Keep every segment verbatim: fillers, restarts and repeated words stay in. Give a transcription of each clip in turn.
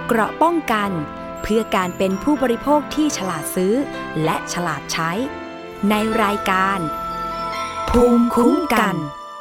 เกราะป้องกันเพื่อการเป็นผู้บริโภคที่ฉลาดซื้อและฉลาดใช้ในรายการภูมิคุ้มกัน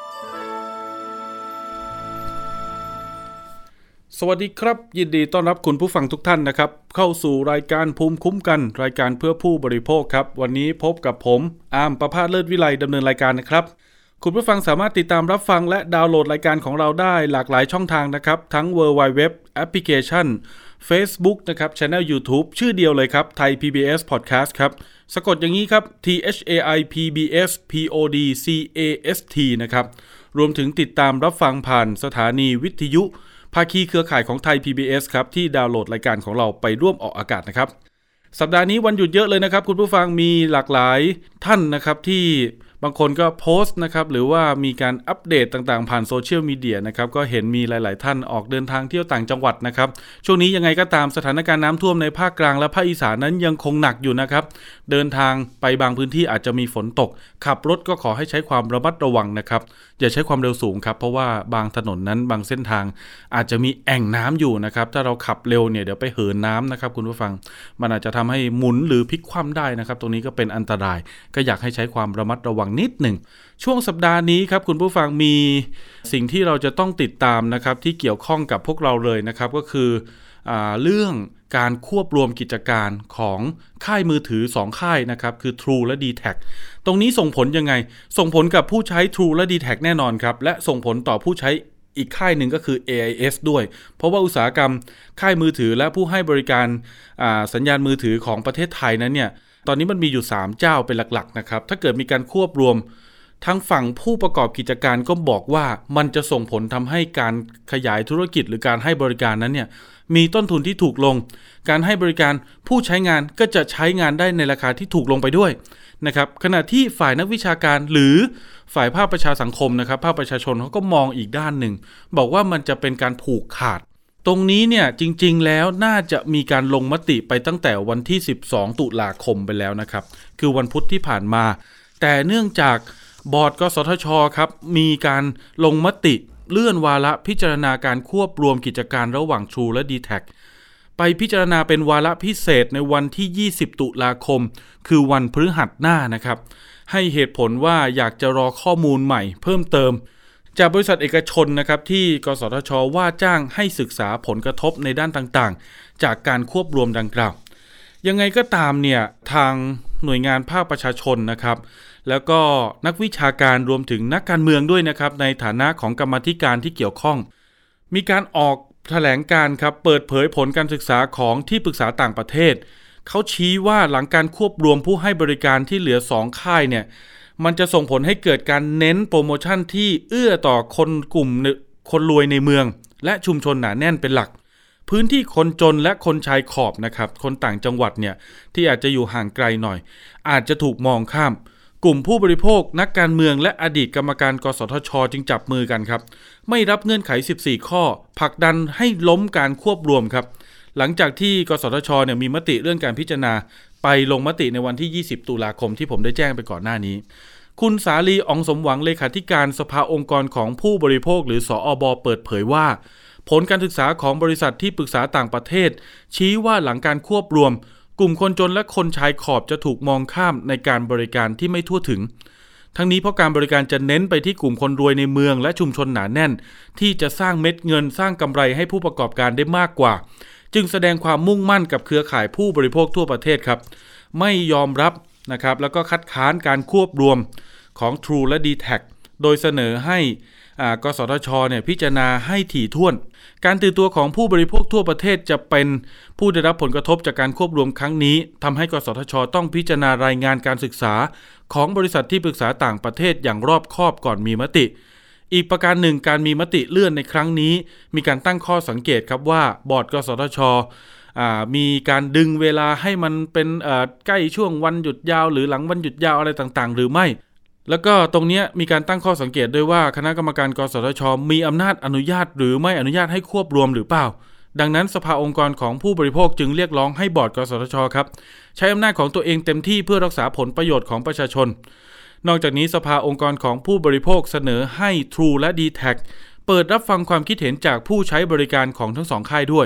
สวัสดีครับยินดีต้อนรับคุณผู้ฟังทุกท่านนะครับเข้าสู่รายการภูมิคุ้มกันรายการเพื่อผู้บริโภคครับวันนี้พบกับผมอาร์มประภาสเลิศวิไลดำเนินรายการนะครับคุณผู้ฟังสามารถติดตามรับฟังและดาวน์โหลดรายการของเราได้หลากหลายช่องทางนะครับทั้ง ดับเบิลยู ดับเบิลยู ดับเบิลยู ดอท แอปพลิเคชัน Facebook นะครับ Channel YouTube ชื่อเดียวเลยครับ Thai พี บี เอส Podcast ครับสะกดอย่างนี้ครับ T H A I P B S P O D C A S T นะครับรวมถึงติดตามรับฟังผ่านสถานีวิทยุภาคีเครือข่ายของไทย พี บี เอส ครับที่ดาวน์โหลดรายการของเราไปร่วมออกอากาศนะครับสัปดาห์นี้วันหยุดเยอะเลยนะครับคุณผู้ฟังมีหลากหลายท่านนะครับที่บางคนก็โพสต์นะครับหรือว่ามีการอัปเดตต่างๆผ่านโซเชียลมีเดียนะครับก็เห็นมีหลายๆท่านออกเดินทางเที่ยวต่างจังหวัดนะครับช่วงนี้ยังไงก็ตามสถานการณ์น้ำท่วมในภาคกลางและภาคอีสานนั้นยังคงหนักอยู่นะครับเดินทางไปบางพื้นที่อาจจะมีฝนตกขับรถก็ขอให้ใช้ความระมัดระวังนะครับอย่าใช้ความเร็วสูงครับเพราะว่าบางถนนนั้นบางเส้นทางอาจจะมีแอ่งน้ำอยู่นะครับถ้าเราขับเร็วเนี่ยเดี๋ยวไปเหินน้ำนะครับคุณผู้ฟังมันอาจจะทำให้หมุนหรือพลิกคว่ำได้นะครับตรงนี้ก็เป็นอันตรายก็อยากให้ใช้ความระมัดระวังนิดหนึ่งช่วงสัปดาห์นี้ครับคุณผู้ฟังมีสิ่งที่เราจะต้องติดตามนะครับที่เกี่ยวข้องกับพวกเราเลยนะครับก็คืออ่าเรื่องการควบรวมกิจการของค่ายมือถือสองค่ายนะครับคือ True และ ดี แท็ก ตรงนี้ส่งผลยังไงส่งผลกับผู้ใช้ True และ ดี แท็ก แน่นอนครับและส่งผลต่อผู้ใช้อีกค่ายหนึ่งก็คือ เอ ไอ เอส ด้วยเพราะว่าอุตสาหกรรมค่ายมือถือและผู้ให้บริการอ่าสัญญาณมือถือของประเทศไทยนั้นเนี่ยตอนนี้มันมีอยู่สามเจ้าเป็นหลักๆนะครับถ้าเกิดมีการควบรวมทางฝั่งผู้ประกอบกิจการก็บอกว่ามันจะส่งผลทำให้การขยายธุรกิจหรือการให้บริการนั้นเนี่ยมีต้นทุนที่ถูกลงการให้บริการผู้ใช้งานก็จะใช้งานได้ในราคาที่ถูกลงไปด้วยนะครับขณะที่ฝ่ายนักวิชาการหรือฝ่ายภาคประชาสังคมนะครับภาคประชาชนเขาก็มองอีกด้านหนึ่งบอกว่ามันจะเป็นการผูกขาดตรงนี้เนี่ยจริงๆแล้วน่าจะมีการลงมติไปตั้งแต่วันที่สิบสองตุลาคมไปแล้วนะครับคือวันพุธที่ผ่านมาแต่เนื่องจากบอร์ดกสทช.ครับมีการลงมติเลื่อนวาระพิจารณาการควบรวมกิจการระหว่าง True และ ดี แท็ก ไปพิจารณาเป็นวาระพิเศษในวันที่ยี่สิบตุลาคมคือวันพฤหัสหน้านะครับให้เหตุผลว่าอยากจะรอข้อมูลใหม่เพิ่มเติมจากบริษัทเอกชนนะครับที่กสทช.ว่าจ้างให้ศึกษาผลกระทบในด้านต่างๆจากการควบรวมดังกล่าวยังไงก็ตามเนี่ยทางหน่วยงานภาคประชาชนนะครับแล้วก็นักวิชาการรวมถึงนักการเมืองด้วยนะครับในฐานะของกรรมาธิการที่เกี่ยวข้องมีการออกแถลงการครับเปิดเผยผลการศึกษาของที่ปรึกษาต่างประเทศเขาชี้ว่าหลังการควบรวมผู้ให้บริการที่เหลือสองค่ายเนี่ยมันจะส่งผลให้เกิดการเน้นโปรโมชั่นที่เอื้อต่อคนกลุ่มคนรวยในเมืองและชุมชนหนาแน่นเป็นหลักพื้นที่คนจนและคนชายขอบนะครับคนต่างจังหวัดเนี่ยที่อาจจะอยู่ห่างไกลหน่อยอาจจะถูกมองข้ามกลุ่มผู้บริโภคนักการเมืองและอดีตกรรมการกสทช.จึงจับมือกันครับไม่รับเงื่อนไขสิบสี่ข้อผลักดันให้ล้มการควบรวมครับหลังจากที่กสทช.เนี่ยมีมติเรื่องการพิจารณาไปลงมติในวันที่ยี่สิบตุลาคมที่ผมได้แจ้งไปก่อนหน้านี้คุณสาลีอ๋องสมหวังเลขาธิการสภาองค์กรของผู้บริโภคหรือสอบ เปิดเผยว่าผลการศึกษาของบริษัทที่ปรึกษาต่างประเทศชี้ว่าหลังการควบรวมกลุ่มคนจนและคนชายขอบจะถูกมองข้ามในการบริการที่ไม่ทั่วถึงทั้งนี้เพราะการบริการจะเน้นไปที่กลุ่มคนรวยในเมืองและชุมชนหนาแน่นที่จะสร้างเม็ดเงินสร้างกำไรให้ผู้ประกอบการได้มากกว่าจึงแสดงความมุ่งมั่นกับเครือข่ายผู้บริโภคทั่วประเทศครับไม่ยอมรับนะครับแล้วก็คัดค้านการควบรวมของ True และ ดี แท็ก โดยเสนอให้กสทช.เนี่ยพิจารณาให้ถี่ถ้วนการตื่นตัวของผู้บริโภคทั่วประเทศจะเป็นผู้ได้รับผลกระทบจากการควบรวมครั้งนี้ทำให้กสทช.ต้องพิจารณารายงานการศึกษาของบริษัทที่ปรึกษาต่างประเทศอย่างรอบคอบก่อนมีมติอีกประการหนึ่งการมีมติเลื่อนในครั้งนี้มีการตั้งข้อสังเกตครับว่าบอร์ดกสทช.มีการดึงเวลาให้มันเป็นใกล้ช่วงวันหยุดยาวหรือหลังวันหยุดยาวอะไรต่างๆหรือไม่แล้วก็ตรงนี้มีการตั้งข้อสังเกตด้วยว่าคณะกรรมการกสทช.มีอำนาจอนุญาตหรือไม่อนุญาตให้ควบรวมหรือเปล่าดังนั้นสภาองค์กรของผู้บริโภคจึงเรียกร้องให้บอร์ดกสทช.ครับใช้อำนาจของตัวเองเต็มที่เพื่อรักษาผลประโยชน์ของประชาชนนอกจากนี้สภาองค์กรของผู้บริโภคเสนอให้ True และ ดี แท็ก เปิดรับฟังความคิดเห็นจากผู้ใช้บริการของทั้งสองค่ายด้วยพ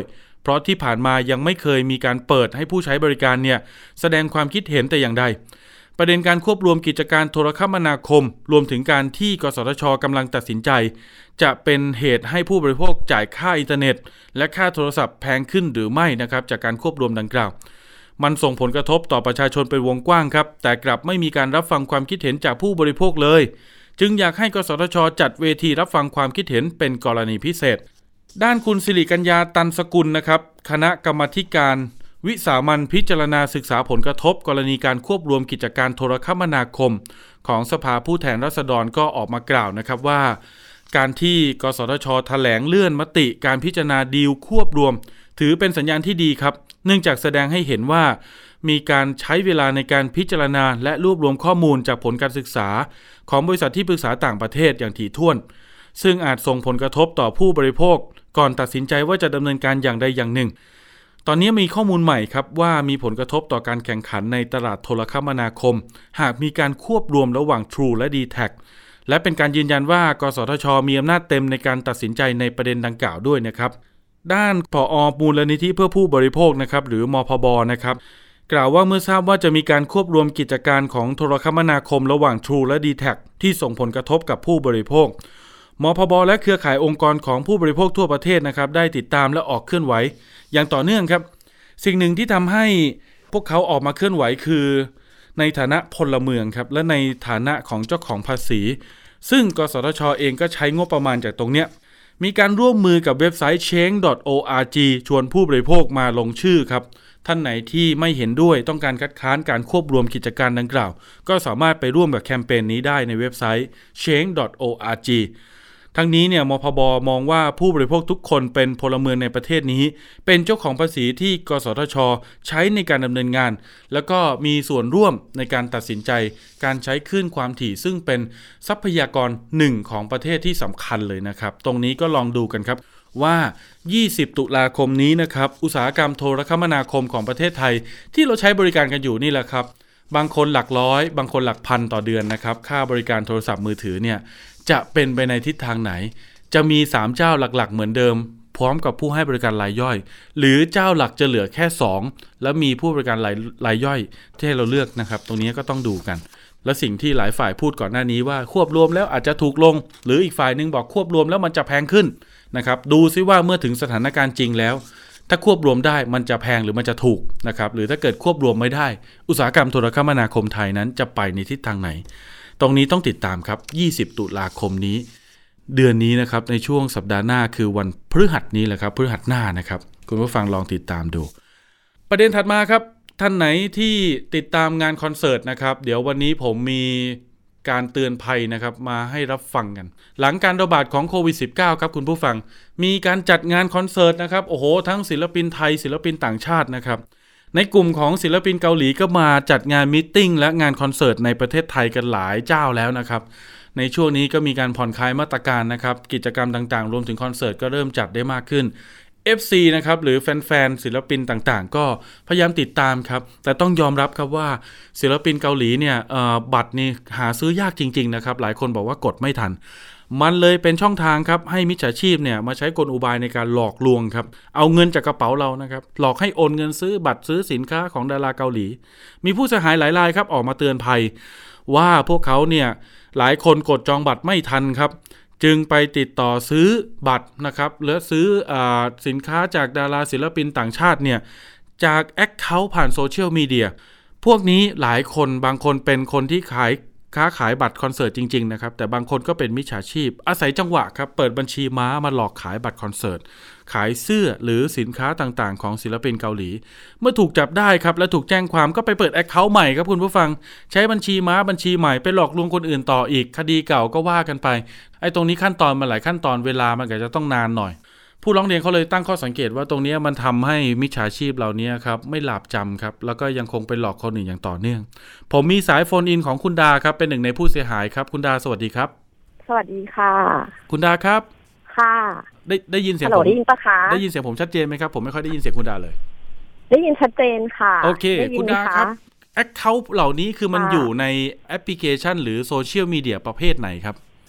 เพราะที่ผ่านมายังไม่เคยมีการเปิดให้ผู้ใช้บริการเนี่ยแสดงความคิดเห็นแต่อย่างใดประเด็นการควบรวมกิจการโทรคมนาคมรวมถึงการที่กสทช.กำลังตัดสินใจจะเป็นเหตุให้ผู้บริโภคจ่ายค่าอินเทอร์เน็ตและค่าโทรศัพท์แพงขึ้นหรือไม่นะครับจากการควบรวมดังกล่าวมันส่งผลกระทบต่อประชาชนเป็นวงกว้างครับแต่กลับไม่มีการรับฟังความคิดเห็นจากผู้บริโภคเลยจึงอยากให้กสทช.จัดเวทีรับฟังความคิดเห็นเป็นกรณีพิเศษด้านคุณสิริกัญญาตันสกุลนะครับคณะกรรมาธิการวิสามัญพิจารณาศึกษาผลกระทบกรณีการควบรวมกิจการโทรคมนาคมของสภาผู้แทนราษฎรก็ออกมากล่าวนะครับว่าการที่กสทช.แถลงเลื่อนมติการพิจารณาดีลควบรวมถือเป็นสัญญาณที่ดีครับเนื่องจากแสดงให้เห็นว่ามีการใช้เวลาในการพิจารณาและรวบรวมข้อมูลจากผลการศึกษาของบริษัทที่ปรึกษาต่างประเทศอย่างถี่ถ้วนซึ่งอาจส่งผลกระทบต่อผู้บริโภคก่อนตัดสินใจว่าจะดำเนินการอย่างใดอย่างหนึ่งตอนนี้มีข้อมูลใหม่ครับว่ามีผลกระทบต่อการแข่งขันในตลาดโทรคมนาคมหากมีการควบรวมระหว่าง True และ ดี แท็ก และเป็นการยืนยันว่ากสทช.มีอำนาจเต็มในการตัดสินใจในประเด็นดังกล่าวด้วยนะครับด้านผอ.มูลนิธิเพื่อผู้บริโภคนะครับหรือมพบ.นะครับกล่าวว่าเมื่อทราบว่าจะมีการควบรวมกิจการของโทรคมนาคมระหว่าง True และ ดี แท็ก ที่ส่งผลกระทบกับผู้บริโภคมพบ.และเครือข่ายองค์กรของผู้บริโภคทั่วประเทศนะครับได้ติดตามและออกเคลื่อนไหวอย่างต่อเนื่องครับสิ่งหนึ่งที่ทำให้พวกเขาออกมาเคลื่อนไหวคือในฐานะพลเมืองครับและในฐานะของเจ้าของภาษีซึ่งกสทช.เองก็ใช้งบประมาณจากตรงเนี้ยมีการร่วมมือกับเว็บไซต์ change ดอท โอ อาร์ จี ชวนผู้บริโภคมาลงชื่อครับท่านไหนที่ไม่เห็นด้วยต้องการคัดค้านการควบรวมกิจการดังกล่าวก็สามารถไปร่วมกับแคมเปญนี้ได้ในเว็บไซต์ change ดอท โอ อาร์ จี ทั้งนี้เนี่ยมพบ.มองว่าผู้บริโภคทุกคนเป็นพลเมืองในประเทศนี้เป็นเจ้าของภาษีที่กสทช.ใช้ในการดำเนินงานแล้วก็มีส่วนร่วมในการตัดสินใจการใช้คลื่นความถี่ซึ่งเป็นทรัพยากรหนึ่งของประเทศที่สำคัญเลยนะครับตรงนี้ก็ลองดูกันครับว่ายี่สิบตุลาคมนี้นะครับอุตสาหกรรมโทรคมนาคมของประเทศไทยที่เราใช้บริการกันอยู่นี่แหละครับบางคนหลักร้อยบางคนหลักพันต่อเดือนนะครับค่าบริการโทรศัพท์มือถือเนี่ยจะเป็นไปในทิศทางไหนจะมีสามเจ้าหลักๆเหมือนเดิมพร้อมกับผู้ให้บริการรายย่อยหรือเจ้าหลักจะเหลือแค่สองแล้วมีผู้บริการรายรายย่อยที่ให้เราเลือกนะครับตรงนี้ก็ต้องดูกันและสิ่งที่หลายฝ่ายพูดก่อนหน้านี้ว่าควบรวมแล้วอาจจะถูกลงหรืออีกฝ่ายนึงบอกควบรวมแล้วมันจะแพงขึ้นนะครับดูซิว่าเมื่อถึงสถานการณ์จริงแล้วถ้าควบรวมได้มันจะแพงหรือมันจะถูกนะครับหรือถ้าเกิดควบรวมไม่ได้อุตสาหกรรมโทรคมนาคมไทยนั้นจะไปในทิศทางไหนตรงนี้ต้องติดตามครับยี่สิบตุลาคมนี้เดือนนี้นะครับในช่วงสัปดาห์หน้าคือวันพฤหัสนี้แหละครับพฤหัสหน้านะครับคุณผู้ฟังลองติดตามดูประเด็นถัดมาครับท่านไหนที่ติดตามงานคอนเสิร์ตนะครับเดี๋ยววันนี้ผมมีการเตือนภัยนะครับมาให้รับฟังกันหลังการระบาดของโควิด สิบเก้า ครับคุณผู้ฟังมีการจัดงานคอนเสิร์ตนะครับโอ้โหทั้งศิลปินไทยศิลปินต่างชาตินะครับในกลุ่มของศิลปินเกาหลีก็มาจัดงานมีตติ้งและงานคอนเสิร์ตในประเทศไทยกันหลายเจ้าแล้วนะครับในช่วงนี้ก็มีการผ่อนคลายมาตรการนะครับกิจกรรมต่างๆรวมถึงคอนเสิร์ตก็เริ่มจัดได้มากขึ้น เอฟ ซี นะครับหรือแฟนๆศิลปินต่างๆก็พยายามติดตามครับแต่ต้องยอมรับครับว่าศิลปินเกาหลีเนี่ยเอ่อบัตรนี่หาซื้อยากจริงๆนะครับหลายคนบอกว่ากดไม่ทันมันเลยเป็นช่องทางครับให้มิจฉาชีพเนี่ยมาใช้กลอุบายในการหลอกลวงครับเอาเงินจากกระเป๋าเรานะครับหลอกให้โอนเงินซื้อบัตรซื้อสินค้าของดาราเกาหลีมีผู้เสียหายหลายรายครับออกมาเตือนภัยว่าพวกเขาเนี่ยหลายคนกดจองบัตรไม่ทันครับจึงไปติดต่อซื้อบัตรนะครับหรือซื้ออสินค้าจากดาราศิลปินต่างชาติเนี่ยจากแอคเคาท์ผ่านโซเชียลมีเดียพวกนี้หลายคนบางคนเป็นคนที่ขายค้าขายบัตรคอนเสิร์ตจริงๆนะครับแต่บางคนก็เป็นมิจฉาชีพอาศัยจังหวะครับเปิดบัญชีม้ามาหลอกขายบัตรคอนเสิร์ตขายเสื้อหรือสินค้าต่างๆของศิลปินเกาหลีเมื่อถูกจับได้ครับและถูกแจ้งความก็ไปเปิดแอคเคาท์ใหม่ครับคุณผู้ฟังใช้บัญชีม้าบัญชีใหม่ไปหลอกลวงคนอื่นต่ออีกคดีเก่าก็ว่ากันไปไอ้ตรงนี้ขั้นตอนมันหลายขั้นตอนเวลามันก็จะต้องนานหน่อยผู้ร้องเรียนเขาเลยตั้งข้อสังเกตว่าตรงนี้มันทำให้มิจฉาชีพเหล่านี้ครับไม่หลาบจำครับแล้วก็ยังคงไปหลอกคนอื่นอย่างต่อเนื่องผมมีสายโฟนอินของคุณดาครับเป็นหนึ่งในผู้เสียหายครับคุณดาสวัสดีครับสวัสดีค่ะคุณดาครับค่ะได้ได้ยินเสียงผมได้ยินปะคะได้ยินเสียงผมชัดเจนไหมครับผมไม่ค่อยได้ยินเสียงคุณดาเลยได้ยินชัดเจนค่ะโอเคคุณดาครับแอคเคาท์เหล่านี้คือมันอยู่ในแอปพลิเคชันหรือโซเชียลมีเดียประเภทไหนครับใ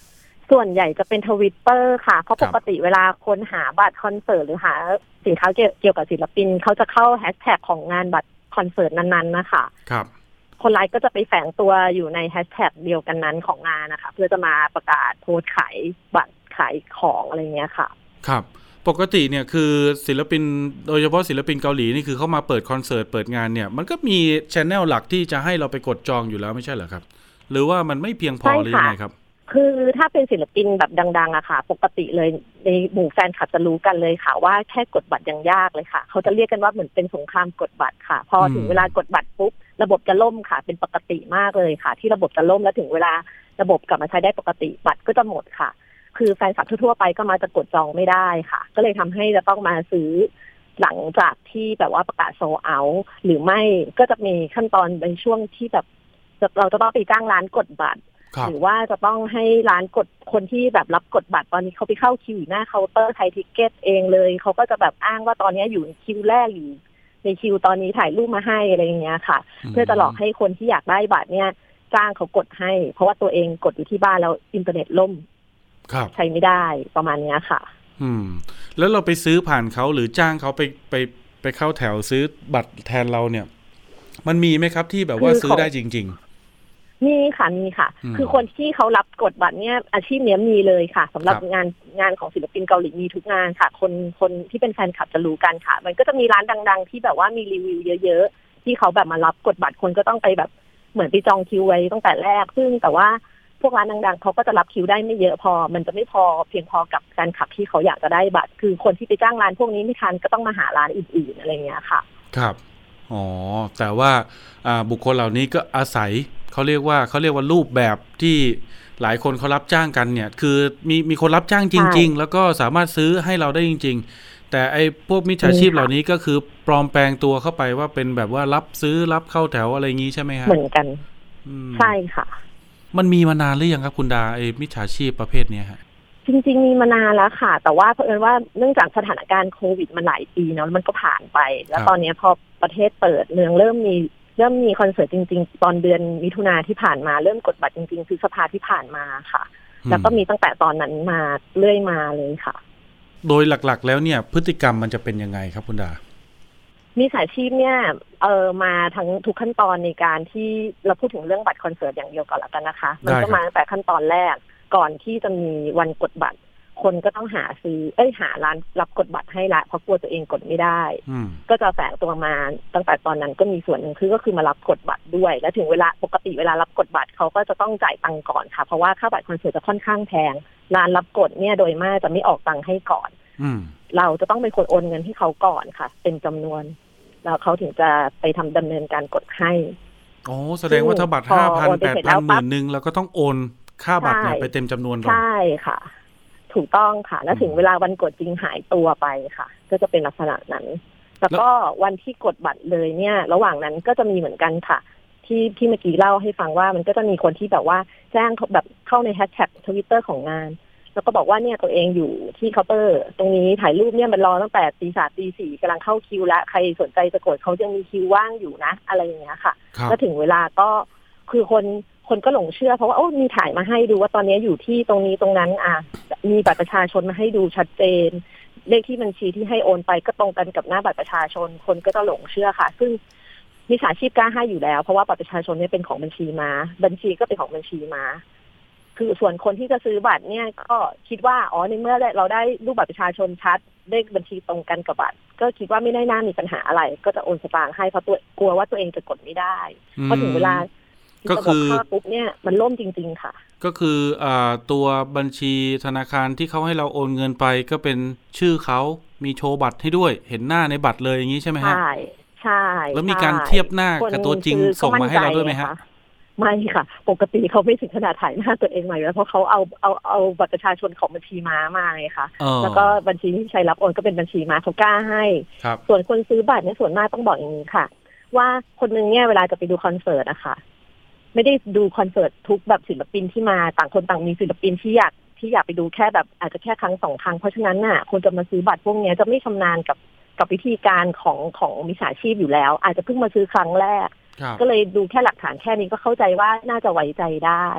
ส่วนใหญ่จะเป็น Twitter ค่ะเพราะปกติเวลาคนหาบัตรคอนเสิร์ตหรือหาสินค้าเกี่ยวกับศิลปินเขาจะเข้าแฮชแท็กของงานบัตรคอนเสิร์ตนั้นๆนะคะครับคนร้ายก็จะไปแฝงตัวอยู่ในแฮชแท็กเดียวกันนั้นของงานนะคะเพื่อจะมาประกาศโพสต์ขายบัตรขายของอะไรเงี้ยค่ะครับปกติเนี่ยคือศิลปินโดยเฉพาะศิลปินเกาหลีนี่คือเข้ามาเปิดคอนเสิร์ตเปิดงานเนี่ยมันก็มี channel หลักที่จะให้เราไปกดจองอยู่แล้วไม่ใช่เหรอครับหรือว่ามันไม่เพียงพอหรือยังไงครับคือถ้าเป็นศิลปินแบบดังๆอะค่ะปกติเลยในหมู่แฟนคลับจะรู้กันเลยค่ะว่าแค่กดบัตรยังยากเลยค่ะเขาจะเรียกกันว่าเหมือนเป็นสงครามกดบัตรค่ะพอถึงเวลากดบัตรปุ๊บระบบจะล่มค่ะเป็นปกติมากเลยค่ะที่ระบบจะล่มแล้วถึงเวลาระบบกลับมาใช้ได้ปกติบัตรก็จะหมดค่ะคือแฟนคลับทั่วๆไปก็มาจะกดจองไม่ได้ค่ะก็เลยทำให้จะต้องมาซื้อหลังจากที่แบบว่าประกาศโซลด์เอาท์หรือไม่ก็จะมีขั้นตอนในช่วงที่แบบเราจะต้องไปจ้างร้านกดบัตรหรือว่าจะต้องให้ร้านกดคนที่แบบรับกดบัตรตอนนี้เขาไปเข้าคิวอยู่หน้าเคาน์เตอร์ไทยทิกเก็ตเองเลยเขาก็จะแบบอ้างว่าตอนนี้อยู่คิวแรกอยู่ในคิวตอนนี้ถ่ายรูปมาให้อะไรอย่างเงี้ยค่ะเพื่อจะหลอกให้คนที่อยากได้บัตรเนี่ยจ้างเขากดให้เพราะว่าตัวเองกดอยู่ที่บ้านแล้วอินเทอร์เน็ตล่มใช้ไม่ได้ประมาณนี้ค่ะอืมแล้วเราไปซื้อผ่านเขาหรือจ้างเขาไปไปไปเข้าแถวซื้อบัตรแทนเราเนี่ยมันมีไหมครับที่แบบว่าซื้อได้จริงๆมีค่ะมีค่ะคือคนที่เขารับกดบัตรเนี่ยอาชีพนี้มีเลยค่ะสำหรับงานงานของศิลปินเกาหลีมีทุกงานค่ะคนคนที่เป็นแฟนคลับจะรู้กันค่ะมันก็จะมีร้านดังๆที่แบบว่ามีรีวิวเยอะๆที่เขาแบบมารับกดบัตรคนก็ต้องไปแบบเหมือนไปจองคิวไว้ตั้งแต่แรกซึ่งแต่ว่าพวกร้านดังๆเขาก็จะรับคิวได้ไม่เยอะพอมันจะไม่พอเพียงพอกับแฟนคลับที่เขาอยากจะได้บัตรคือคนที่ไปจ้างร้านพวกนี้ไม่ทันก็ต้องมาหาร้านอื่นๆอะไรเงี้ยค่ะครับอ๋อแต่ว่าบุคคลเหล่านี้ก็อาศัยเขาเรียกว่าเขาเรียกว่ารูปแบบที่หลายคนเขารับจ้างกันเนี่ยคือมีมีคนรับจ้างจริงๆแล้วก็สามารถซื้อให้เราได้จริงๆแต่ไอ้พวกมิจฉาชีพเหล่านี้ก็คือปลอมแปลงตัวเข้าไปว่าเป็นแบบว่ารับซื้อรับเข้าแถวอะไรอย่างนี้ใช่ไหมครับเหมือนกันใช่ค่ะมันมีมานานหรือยังครับคุณดาไอ้มิจฉาชีพประเภทนี้ฮะจริงๆมีมานานแล้วค่ะแต่ว่าเผอิญว่าเนื่องจากสถานการณ์โควิดมันหลายปีเนาะมันก็ผ่านไปแล้วตอนนี้พอประเทศเปิดเมืองเริ่มมีเริ่มมีคอนเสิร์ตจริงๆตอนเดือนมิถุนาที่ผ่านมาเริ่มกดบัตรจริงๆคือสภาที่ผ่านมาค่ะแล้วก็มีตั้งแต่ตอนนั้นมาเรื่อยมาเลยค่ะโดยหลักๆแล้วเนี่ยพฤติกรรมมันจะเป็นยังไงครับคุณดามีสายชีพเนี่ยเออมาทั้งทุกขั้นตอนในการที่เราพูดถึงเรื่องบัตรคอนเสิร์ตอย่างเดียวก่อนละกันนะคะมันก็มาตั้งแต่ขั้นตอนแรกก่อนที่จะมีวันกดบัตรคนก็ต้องหาซื้อเอ้ยหาร้านรับกดบัตรให้ละเพราะกลัวตัวเองกดไม่ได้ก็จะแฝงตัวมาตั้งแต่ตอนนั้นก็มีส่วนหนึ่งคือก็คือมารับกดบัตรด้วยและถึงเวลาปกติเวลารับกดบัตรเขาก็จะต้องจ่ายตังค์ก่อนค่ะเพราะว่าค่าบัตรคอนเสิร์ตจะค่อนข้างแพงร้านรับกดเนี่ยโดยมากจะไม่ออกตังค์ให้ก่อนเราจะต้องเป็นคนโอนเงินให้เขาก่อนค่ะเป็นจำนวนแล้วเขาถึงจะไปทำดำเนินการกดให้อ๋อแสดงว่าถ้าบัตร ห้าพัน แปดพัน หมื่นนึงเราก็ต้องโอนค่าบัตรเนี่ยไปเต็มจำนวนก่อนใช่ค่ะถูกต้องค่ะแล้วถึงเวลาวันกดจริงหายตัวไปค่ะก็จะเป็นลักษณะนั้นแล้วก็วันที่กดบัตรเลยเนี่ยระหว่างนั้นก็จะมีเหมือนกันค่ะที่ที่เมื่อกี้เล่าให้ฟังว่ามันก็จะมีคนที่แบบว่าแจ้งแบบเข้าในแฮชแท็ก Twitter ของงานแล้วก็บอกว่าเนี่ยตัวเองอยู่ที่เคาน์เตอร์ตรงนี้ถ่ายรูปเนี่ยมันรอตั้งแต่ตีสามตีสี่กำลังเข้าคิวแล้วใครสนใจจะกดเขายังมีคิวว่างอยู่นะอะไรอย่างเงี้ยค่ะแล้วถึงเวลาก็คือคนคนก็หลงเชื่อเพราะว่าโอ้มีถ่ายมาให้ดูว่าตอนนี้อยู่ที่ตรงนี้ตรงนั้นอ่ะมีบัตรประชาชนมาให้ดูชัดเจนเลขที่บัญชีที่ให้โอนไปก็ตรงกันกับหน้าบัตรประชาชนคนก็จะหลงเชื่อค่ะซึ่งมิจฉาชีพกล้าให้อยู่แล้วเพราะว่าบัตรประชาชนเนี่ยเป็นของบัญชีม้าบัญชีก็เป็นของบัญชีม้าคือส่วนคนที่จะซื้อบัตรเนี่ยก็คิดว่าอ๋อในเมื่อเราได้รูปบัตรประชาชนชัดเลขบัญชีตรงกันกับบัตรก็คิดว่าไม่ได้น่ามีปัญหาอะไรก็จะโอนสตางค์ให้เพราะตัวกลัวว่าตัวเองจะกดไม่ได้พอถึงเวลาก็คือปุ๊บเนี่ยมันล่มจริงๆค่ะก็คืออ่าตัวบัญชีธนาคารที่เขาให้เราโอนเงินไปก็เป็นชื่อเขามีโชว์บัตรให้ด้วยเห็นหน้าในบัตรเลยอย่างนี้ใช่ไหมฮะใช่ใช่แล้วมีการเทียบหน้ากับตัวจริงส่งมาให้เราด้วยไหมฮะไม่ค่ะปกติเขาไม่ถึงขนาดถ่ายหน้าตัวเองมาอยู่แล้วเพราะเขาเอาเอาเอาบัตรประชาชนของบัญชีม้ามาไงคะแล้วก็บัญชีที่ใช้รับโอนก็เป็นบัญชีม้าเขากล้าให้ส่วนคนซื้อบัตรเนี่ยส่วนมากต้องบอกอย่างนี้ค่ะว่าคนนึงเนี่ยเวลาจะไปดูคอนเสิร์ตอะค่ะไม่ได้ดูคอนเสิร์ตทุกแบบศิลปินที่มาต่างคนต่างมีศิลปินที่อยากที่อยากไปดูแค่แบบอาจจะแค่ครั้งสองครั้งเพราะฉะนั้นน่ะคนจะมาซื้อบัตรพวกนี้จะไม่ชำนาญกับกับวิธีการของของมิจฉาชีพอยู่แล้วอาจจะเพิ่งมาซื้อครั้งแรกก็เลยดูแค่หลักฐานแค่นี้ก็เข้าใจว่าน่าจะไว้ใจได้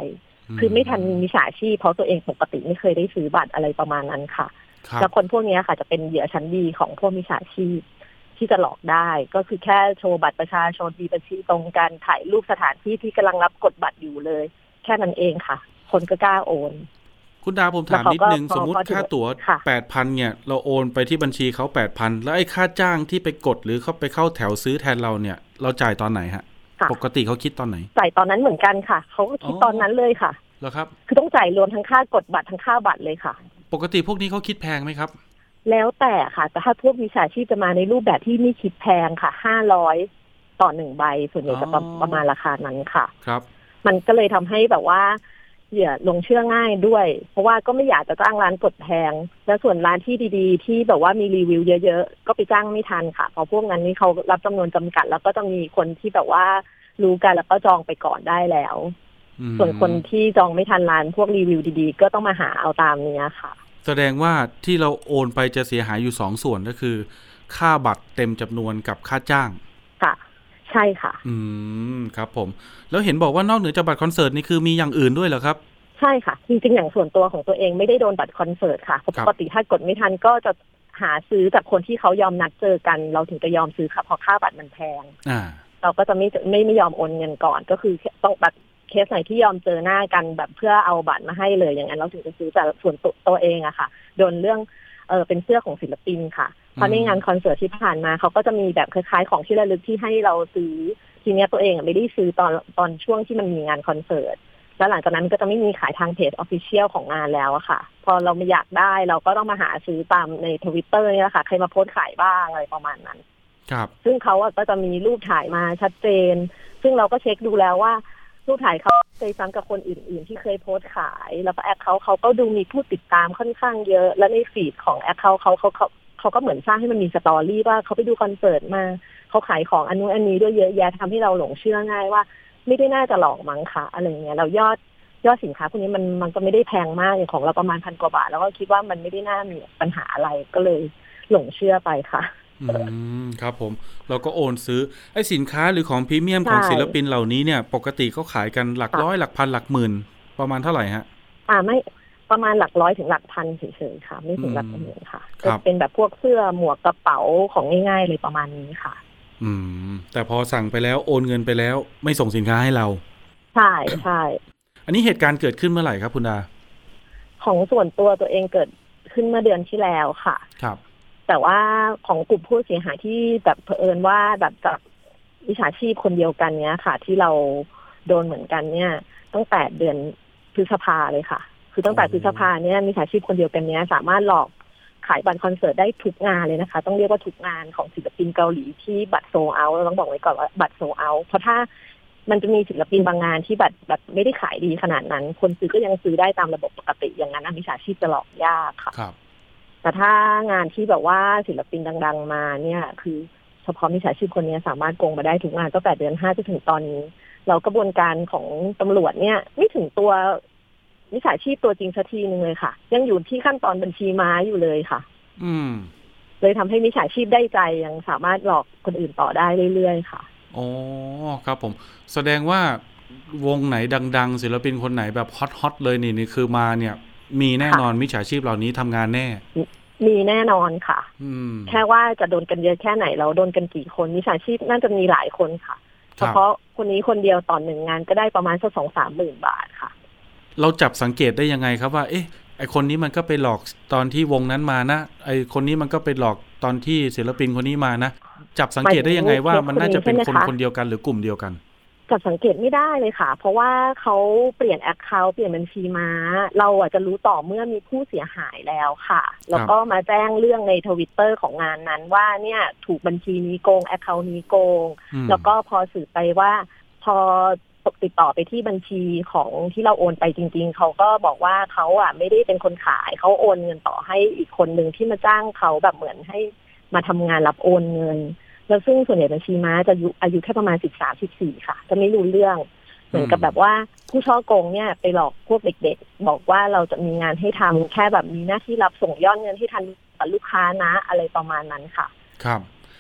คือไม่ทันมิจฉาชีพเพราะตัวเองปกติไม่เคยได้ซื้อบัตรอะไรประมาณนั้นค่ะแล้วคนพวกนี้ค่ะจะเป็นเหยื่อชั้นดีของพวกมิจฉาชีพที่จะหลอกได้ก็คือแค่โชว์บัตรประชาชนมีบัญชีตรงกันถ่ายรูปสถานที่ที่กำลังรับกดบัตรอยู่เลยแค่นั้นเองค่ะคนก็กล้าโอนคุณดาผมถามนิดนึงสมมุติค่าตั๋ว แปดพัน เนี่ยเราโอนไปที่บัญชีเขา แปดพัน แล้วไอ้ค่าจ้างที่ไปกดหรือเขาไปเข้าแถวซื้อแทนเราเนี่ยเราจ่ายตอนไหนฮะปกติเขาคิดตอนไหนจ่ายตอนนั้นเหมือนกันค่ะเขาก็คิดตอนนั้นเลยค่ะเหรอครับคือต้องจ่ายรวมทั้งค่ากดบัตรทั้งค่าบัตรเลยค่ะปกติพวกนี้เขาคิดแพงไหมครับแล้วแต่ค่ะแต่ถ้าพวกมิจฉาชีพจะมาในรูปแบบที่ไม่คิดแพงค่ะห้าร้อยต่อหนึ่งใบส่วนใหญ่จะประมาณราคานั้นค่ะครับมันก็เลยทำให้แบบว่าเหยื่อลงเชื่อง่ายด้วยเพราะว่าก็ไม่อยากจะจ้างร้านกดแพงแล้วส่วนร้านที่ดีๆที่แบบว่ามีรีวิวเยอะๆก็ไปจ้างไม่ทันค่ะเพราะพวกนั้นนี่เขารับจำนวนจำกัดแล้วก็จะมีคนที่แบบว่ารู้กันแล้วก็จองไปก่อนได้แล้วส่วนคนที่จองไม่ทันร้านพวกรีวิวดีๆก็ต้องมาหาเอาตามนี้ค่ะแสดงว่าที่เราโอนไปจะเสียหายอยู่สองส่วนก็คือค่าบัตรเต็มจำนวนกับค่าจ้างค่ะใช่ค่ะอืมครับผมแล้วเห็นบอกว่านอกเหนือจากบัตรคอนเสิร์ตนี่คือมีอย่างอื่นด้วยเหรอครับใช่ค่ะจริงๆอย่างส่วนตัวของตัวเองไม่ได้โดนบัตรคอนเสิร์ตค่ะปกติถ้ากดไม่ทันก็จะหาซื้อจากคนที่เขายอมนัดเจอกันเราถึงจะยอมซื้อค่ะเพราะค่าบัตรมันแพงอ่าเราก็จะไม่ไม่ไม่ยอมโอนเงินก่อนก็คือต้องบัตรเคสไหนที่ยอมเจอหน้ากันแบบเพื่อเอาบัตรมาให้เลยอย่างนั้นเราถึงจะซื้อแต่ส่วนตัวเองอะค่ะโดนเรื่องเออเป็นเสื้อของศิลปินค่ะเพราะในงานคอนเสิร์ตที่ผ่านมาเขาก็จะมีแบบคล้ายๆของที่ระลึกที่ให้เราซื้อทีนี้ตัวเองไม่ได้ซื้อตอนตอนช่วงที่มันมีงานคอนเสิร์ตแล้วหลังจากนั้นก็จะไม่มีขายทางเพจ Official ของงานแล้วอะค่ะพอเราไม่อยากได้เราก็ต้องมาหาซื้อตามใน Twitter นี่แหละค่ะใครมาโพสต์ขายบ้างอะไรประมาณนั้นครับซึ่งเขาก็จะมีรูปถ่ายมาชัดเจนซึ่งเราก็เช็คดูแล้วว่ารูปถ่ายเขาเคยซ้ำกับคนอื่นๆที่เคยโพสต์ขายแล้วก็แอคเขาเขาก็ดูมีผู้ติดตามค่อนข้างเยอะและในฟีดของแอคเขาเขาเขาเขาเขาก็เหมือนสร้างให้มันมีสตอรี่ว่าเขาไปดูคอนเสิร์ตมาเขาขายของอันนู้นอันนี้ด้วยเยอะแยะทำให้เราหลงเชื่อง่ายว่าไม่ได้น่าจะหลอกมั้งค่ะอะไรเงี้ยเรายอดยอดสินค้าพวกนี้มันมันก็ไม่ได้แพงมากอย่างของเราประมาณพันกว่าบาทแล้วก็คิดว่ามันไม่ได้น่ามีปัญหาอะไรก็เลยหลงเชื่อไปค่ะอืมครับผมเราก็โอนซื้อไอ้สินค้าหรือของพรีเมียมของศิลปินเหล่านี้เนี่ยปกติเขาขายกันหลักร้อยหลักพันหลักหมื่นประมาณเท่าไหร่ฮะอ่าไม่ประมาณหลักร้อยถึงหลักพันเฉยๆค่ะไม่ถึงหลักหมื่นค่ะจะเป็นแบบพวกเสื้อหมวกกระเป๋าของง่ายๆเลยประมาณนี้ค่ะอืมแต่พอสั่งไปแล้วโอนเงินไปแล้วไม่ส่งสินค้าให้เราใช่ใช่อันนี้เหตุการณ์เกิดขึ้นเมื่อไหร่ครับคุณดาของส่วนตัวตัวเองเกิดขึ้นเมื่อเดือนที่แล้วค่ะครับแต่ว่าของกลุ่มผู้เสียหายที่แบบเผอิญว่าแบบจากวิชาชีพคนเดียวกันเนี้ยค่ะที่เราโดนเหมือนกันเนี่ยตั้งแต่เดือนพฤษภาเลยค่ะคือตั้งแต่พฤษภาเนี่ยวิชาชีพคนเดียวกันเนี้ยสามารถหลอกขายบัตรคอนเสิร์ตได้ทุกงานเลยนะคะต้องเรียกว่าทุกงานของศิลปินเกาหลีที่บัตรโซลด์เอาท์ต้องบอกไว้ก่อนว่าบัตรโซลด์เอาท์เพราะถ้ามันจะมีศิลปินบางงานที่บัตรแบบไม่ได้ขายดีขนาดนั้นคนซื้อก็ยังซื้อได้ตามระบบปกติอย่างนั้นวิชาชีพจะหลอกยากค่ะแต่ถ้างานที่แบบว่าศิลปินดังๆมาเนี่ยคือเฉพาะมิจฉาชีพคนนี้สามารถโกงมาได้ทุกงานตั้งแต่เดือนห้าจนถึงตอนนี้เรากระบวนการของตำรวจเนี่ยไม่ถึงตัวมิจฉาชีพตัวจริงสักทีนึงเลยค่ะยังอยู่ที่ขั้นตอนบัญชีม้าอยู่เลยค่ะอืมเลยทำให้มิจฉาชีพได้ใจยังสามารถหลอกคนอื่นต่อได้เรื่อยๆค่ะอ๋อครับผมแสดงว่าวงไหนดังๆศิลปินคนไหนแบบฮอตๆเลยนี่นี่คือมาเนี่ยมีแน่นอนมิจฉาชีพเหล่านี้ทำงานแน่มีแน่นอนค่ะแค่ว่าจะโดนกันเยอะแค่ไหนเราโดนกันกี่คนมิจฉาชีพน่าจะมีหลายคนค่ะเฉพาะคนนี้คนเดียวต่อหนึ่งงานก็ได้ประมาณสักสองสามหมื่นบาทค่ะเราจับสังเกตได้ยังไงครับว่าเอ๊ะไอคนนี้มันก็ไปหลอกตอนที่วงนั้นมานะไอคนนี้มันก็ไปหลอกตอนที่ศิลปินคนนี้มานะจับสังเกตได้ยังไงว่ามันน่าจะเป็นคนคนเดียวกันหรือกลุ่มเดียวกันจับสังเกตไม่ได้เลยค่ะเพราะว่าเขาเปลี่ยนแอคเคาท์เปลี่ยนบัญชีม้าเราอ่ะจะรู้ต่อเมื่อมีผู้เสียหายแล้วค่ะแล้วก็มาแจ้งเรื่องใน Twitter ของงานนั้นว่าเนี่ยถูกบัญชีนี้โกงแอคเคาท์นี้โกงแล้วก็พอสืบไปว่าพอติดต่อไปที่บัญชีของที่เราโอนไปจริงๆเขาก็บอกว่าเขาอ่ะไม่ได้เป็นคนขายเขาโอนเงินต่อให้อีกคนนึงที่มาจ้างเขาแบบเหมือนให้มาทำงานรับโอนเงินแล้วซึ่งส่วนใหญ่บัญชีม้าจะอายุแค่ประมาณสิบสาม สิบสี่ค่ะจะไม่รู้เรื่องเหมือนกับแบบว่าผู้ช่อโกงเนี่ยไปหลอกพวกเด็กๆบอกว่าเราจะมีงานให้ทำแค่แบบมีหน้าที่รับส่งยอดเงินให้ทันกับลูกค้านะอะไรประมาณนั้นค่ะครับ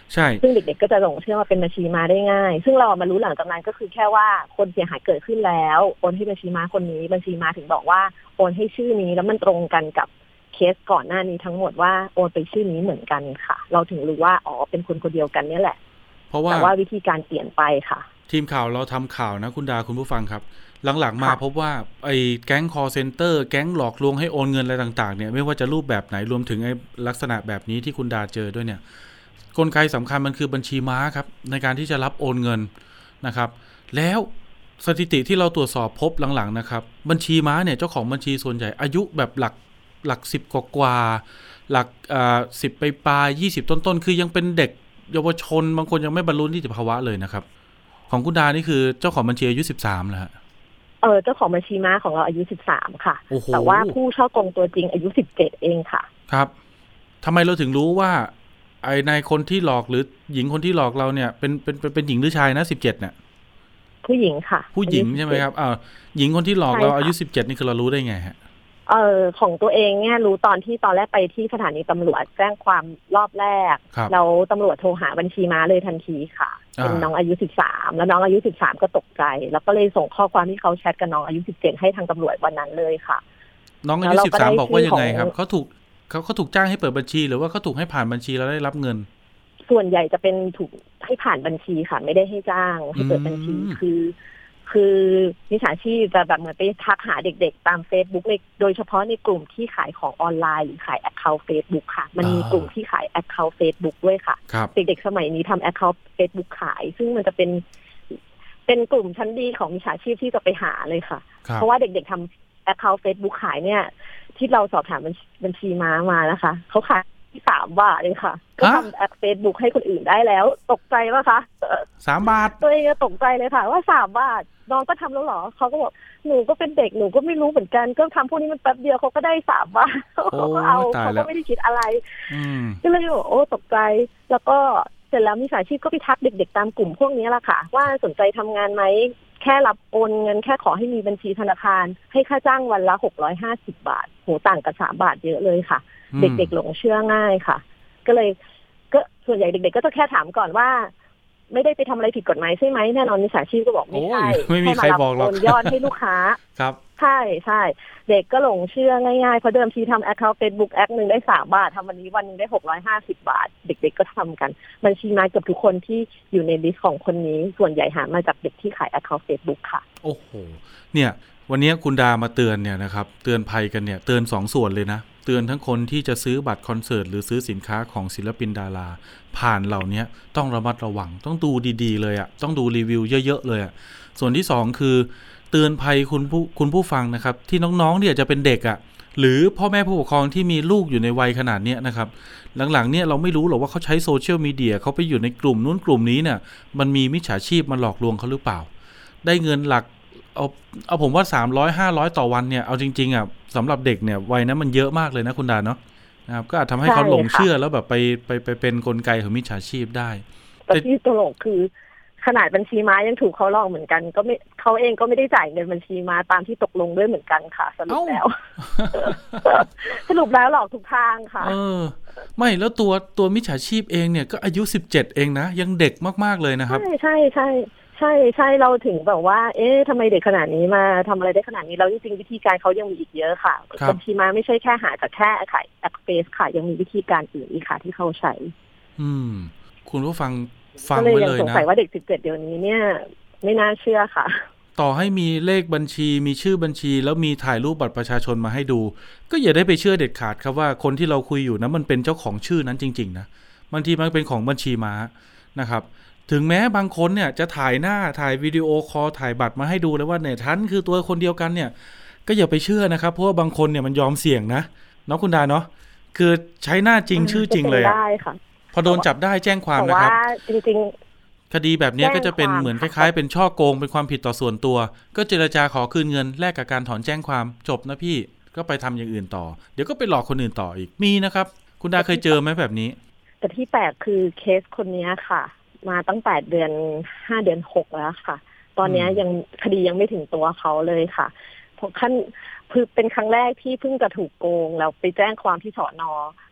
ใช่ซึ่งเด็กๆก็จะหลงเชื่อว่าเป็นบัญชีม้าได้ง่ายซึ่งเรามารู้หลังจากนั้นก็คือแค่ว่าคนเสียหายเกิดขึ้นแล้วโอนให้บัญชีม้าคนนี้บัญชีม้าถึงบอกว่าโอนให้ชื่อนี้แล้วมันตรงกันกับเคสก่อนหน้านี้ทั้งหมดว่าโอนไปชื่อนี้เหมือนกันค่ะเราถึงรู้ว่าอ๋อเป็นคนคนเดียวกันนี่แหละเพราะว่าแต่ว่าวิธีการเปลี่ยนไปค่ะทีมข่าวเราทำข่าวนะคุณดาคุณผู้ฟังครับหลังๆมาพบว่าไอ้แก๊งคอลเซ็นเตอร์แก๊งหลอกลวงให้โอนเงินอะไรต่างๆเนี่ยไม่ว่าจะรูปแบบไหนรวมถึงไอ้ลักษณะแบบนี้ที่คุณดาเจอด้วยเนี่ยกลไกสำคัญมันคือบัญชีม้าครับในการที่จะรับโอนเงินนะครับแล้วสถิติที่เราตรวจสอบพบหลังๆนะครับบัญชีม้าเนี่ยเจ้าของบัญชีส่วนใหญ่อายุแบบหลักหลักสิบกว่าหลักอ่าสิบไปปลายยี่สิบต้นๆคือยังเป็นเด็กเยาวชนบางคนยังไม่บรรลุนิติภาวะเลยนะครับของคุณดานี่คือเจ้าของบัญชีอายุสิบสามแล้วฮะเออเจ้าของบัญชีม้าของเราอายุสิบสามค่ะแต่ว่าผู้ฉ้อโกงตัวจริงอายุสิบเจ็ดเองค่ะครับทำไมเราถึงรู้ว่าไอ้นายคนที่หลอกหรือหญิงคนที่หลอกเราเนี่ยเป็นเป็นเป็นหญิงหรือชายนะสิบเจ็ดเนี่ยผู้หญิงค่ะผู้หญิงใช่ไหมครับอ้าวหญิงคนที่หลอกเราอายุสิบเจ็ดนี่คือเรารู้ได้ไงฮะเออของตัวเองเนี่ยรู้ตอนที่ตอนแรกไปที่สถานีตำรวจแจ้งความรอบแรกแล้วตำรวจโทรหาบัญชีม้าเลยทันทีค่ะเป็นน้องอายุสิบสามแล้วน้องอายุสิบสามก็ตกใจแล้วก็เลยส่งข้อความที่เขาแชทกับน้องอายุสิบเจ็ดให้ทางตำรวจวันนั้นเลยค่ะน้องอายุสิบสามบอกว่ายังไงครับเขาถูกเขาเขาถูกจ้างให้เปิดบัญชีหรือว่าเขาถูกให้ผ่านบัญชีแล้วได้รับเงินส่วนใหญ่จะเป็นถูกให้ผ่านบัญชีค่ะไม่ได้ให้จ้างให้เปิดบัญชีคือคือมิจฉาชีพจะแบบเหมือนไปทักหาเด็กๆตาม Facebook ในโดยเฉพาะในกลุ่มที่ขายของออนไลน์หรือขาย account Facebook ค่ะมันมีกลุ่มที่ขาย account Facebook ด้วยค่ะเด็กๆสมัยนี้ทำ account Facebook ขายซึ่งมันจะเป็นเป็นกลุ่มชั้นดีของมิจฉาชีพที่จะไปหาเลยค่ะเพราะว่าเด็กๆทำ account Facebook ขายเนี่ยที่เราสอบถามบัญชีม้ามานะคะเขาขายที่สามบาทเองค่ะก็ทำแอคเฟซบุ๊กให้คนอื่นได้แล้วตกใจป่ะคะสามบาทตัวเองก็ตกใจเลยค่ะว่าสามบาทน้องก็ทำแล้วเหรอเขาก็บอกหนูก็เป็นเด็กหนูก็ไม่รู้เหมือนกันก็ทำพวกนี้มันแป๊บเดียวเขาก็ได้สามบาทเขาก็เอาเขาก็ไม่ได้คิดอะไรก็เลยบอกโอ้ตกใจแล้วก็เสร็จแล้วมิจฉาชีพก็ไปทักเด็กๆตามกลุ่มพวกนี้แหละค่ะว่าสนใจทำงานไหมแค่รับโอนเงินแค่ขอให้มีบัญชีธนาคารให้ค่าจ้างวันละหกร้อยห้าสิบบาทโหต่างกับสามบาทเยอะเลยค่ะเด็กๆหลงเชื่อง่ายค่ะก็เลยก็ส่วนใหญ่เด็กๆก็จะแค่ถามก่อนว่าไม่ได้ไปทำอะไรผิดกฎหมายใช่ไหมแน่นอนมิจฉาชีพก็บอกไม่ใช่ไม่มีใครบอกหรอกโอนยอดให้ลูกค้าครับใช่ใช่เด็กก็หลงเชื่อง่ายๆเพราะเดิมทีทำ account Facebook แอคนึงได้สามบาททำวันนี้วันนึงได้หกร้อยห้าสิบบาทเด็กๆก็ทำกันบัญชีม้าเกือบทุกคนที่อยู่ในลิสต์ของคนนี้ส่วนใหญ่หามาจากเด็กที่ขาย account Facebook ค่ะโอ้โหเนี่ยวันนี้คุณดามาเตือนเนี่ยนะครับเตือนภัยกันเนี่ยเตือนสองส่วนเลยนะเตือนทั้งคนที่จะซื้อบัตรคอนเสิร์ตหรือซื้อสินค้าของศิลปินดาราผ่านเหล่านี้ต้องระมัดระวังต้องดูดีๆเลยอ่ะต้องดูรีวิวเยอะๆเลยอ่ะส่วนที่สองคือเตือนภัยคุณผู้คุณผู้ฟังนะครับที่น้องๆเนี่ยจะเป็นเด็กอ่ะหรือพ่อแม่ผู้ปกครองที่มีลูกอยู่ในวัยขนาดนี้นะครับหลังๆเนี่ยเราไม่รู้หรอกว่าเขาใช้โซเชียลมีเดียเขาไปอยู่ในกลุ่มนู้นกลุ่มนี้เนี่ยมันมีมิจฉาชีพมาหลอกลวงเขาหรือเปล่าได้เงินหลักเอาเอาผมว่าสามร้อย ห้าร้อยต่อวันเนี่ยเอาจริงๆอ่ะสำหรับเด็กเนี่ยวัยนั้นมันเยอะมากเลยนะคุณดาเนาะนะครับก็อาจทำให้เขาหลงเชื่อแล้วแบบไปไปไปเป็นกลไกของมิจฉาชีพได้แต่ที่ตลกคือขนาดบัญชีม้ายังถูกเขาหลอกเหมือนกันก็ไม่เขาเองก็ไม่ได้จ่ายเงินบัญชีม้าตามที่ตกลงด้วยเหมือนกันค่ะสรุปแล้ว สรุปแล้วหลอกทุกทางค่ะเออไม่แล้วตัวตัวมิจฉาชีพเองเนี่ยก็อายุสิบเจ็ดเองนะยังเด็กมากๆเลยนะครับใช่ใช่ใช่ใช่ใช่เราถึงแบบว่าเอ๊ะทำไมเด็กขนาดนี้มาทำอะไรได้ขนาดนี้แล้วจริงๆวิธีการเขายังมีอีกเยอะค่ะบัญชีม้าไม่ใช่แค่หาจากแค่ขายแอปเฟซค่ะยังมีวิธีการอื่นอีกค่ะที่เขาใช้อืมคุณผู้ฟังฟังไว้เลยนะก็เลยยังสงสัยว่าเด็กสิบเจ็ดเดี๋ยวนี้เนี่ยไม่น่าเชื่อค่ะต่อให้มีเลขบัญชีมีชื่อบัญชีแล้วมีถ่ายรูปบัตรประชาชนมาให้ดูก็อย่าได้ไปเชื่อเด็ดขาดครับว่าคนที่เราคุยอยู่นะมันเป็นเจ้าของชื่อนั้นจริงๆนะบางทีมันเป็นของบัญชีม้านะครับถึงแม้บางคนเนี่ยจะถ่ายหน้าถ่ายวิดีโอคอลถ่ายบัตรมาให้ดูแล้วว่าเนี่ยฉันคือตัวคนเดียวกันเนี่ยก็อย่าไปเชื่อนะครับเพราะว่าบางคนเนี่ยมันยอมเสี่ยงนะน้องคุณดาเนาะคือใช้หน้าจริงชื่อจริงเลยอ่ะพอโดนจับได้แจ้งความนะครับจริงๆคดีแบบนี้ก็จะเป็นเหมือนคล้ายๆเป็นช่อโกงเป็นความผิดต่อส่วนตัวก็เจรจาขอคืนเงินแลกกับการถอนแจ้งความจบนะพี่ก็ไปทำอย่างอื่นต่อเดี๋ยวก็ไปหลอกคนอื่นต่ออีกมีนะครับคุณดาเคยเจอไหมแบบนี้แต่ที่แปลกคือเคสคนนี้ค่ะมาตั้งแต่เดือนห้าเดือนหกแล้วค่ะตอนนี้ยังคดียังไม่ถึงตัวเขาเลยค่ะเพราะขั้นคือเป็นครั้งแรกที่เพิ่งจะถูกโกงแล้วไปแจ้งความที่สน.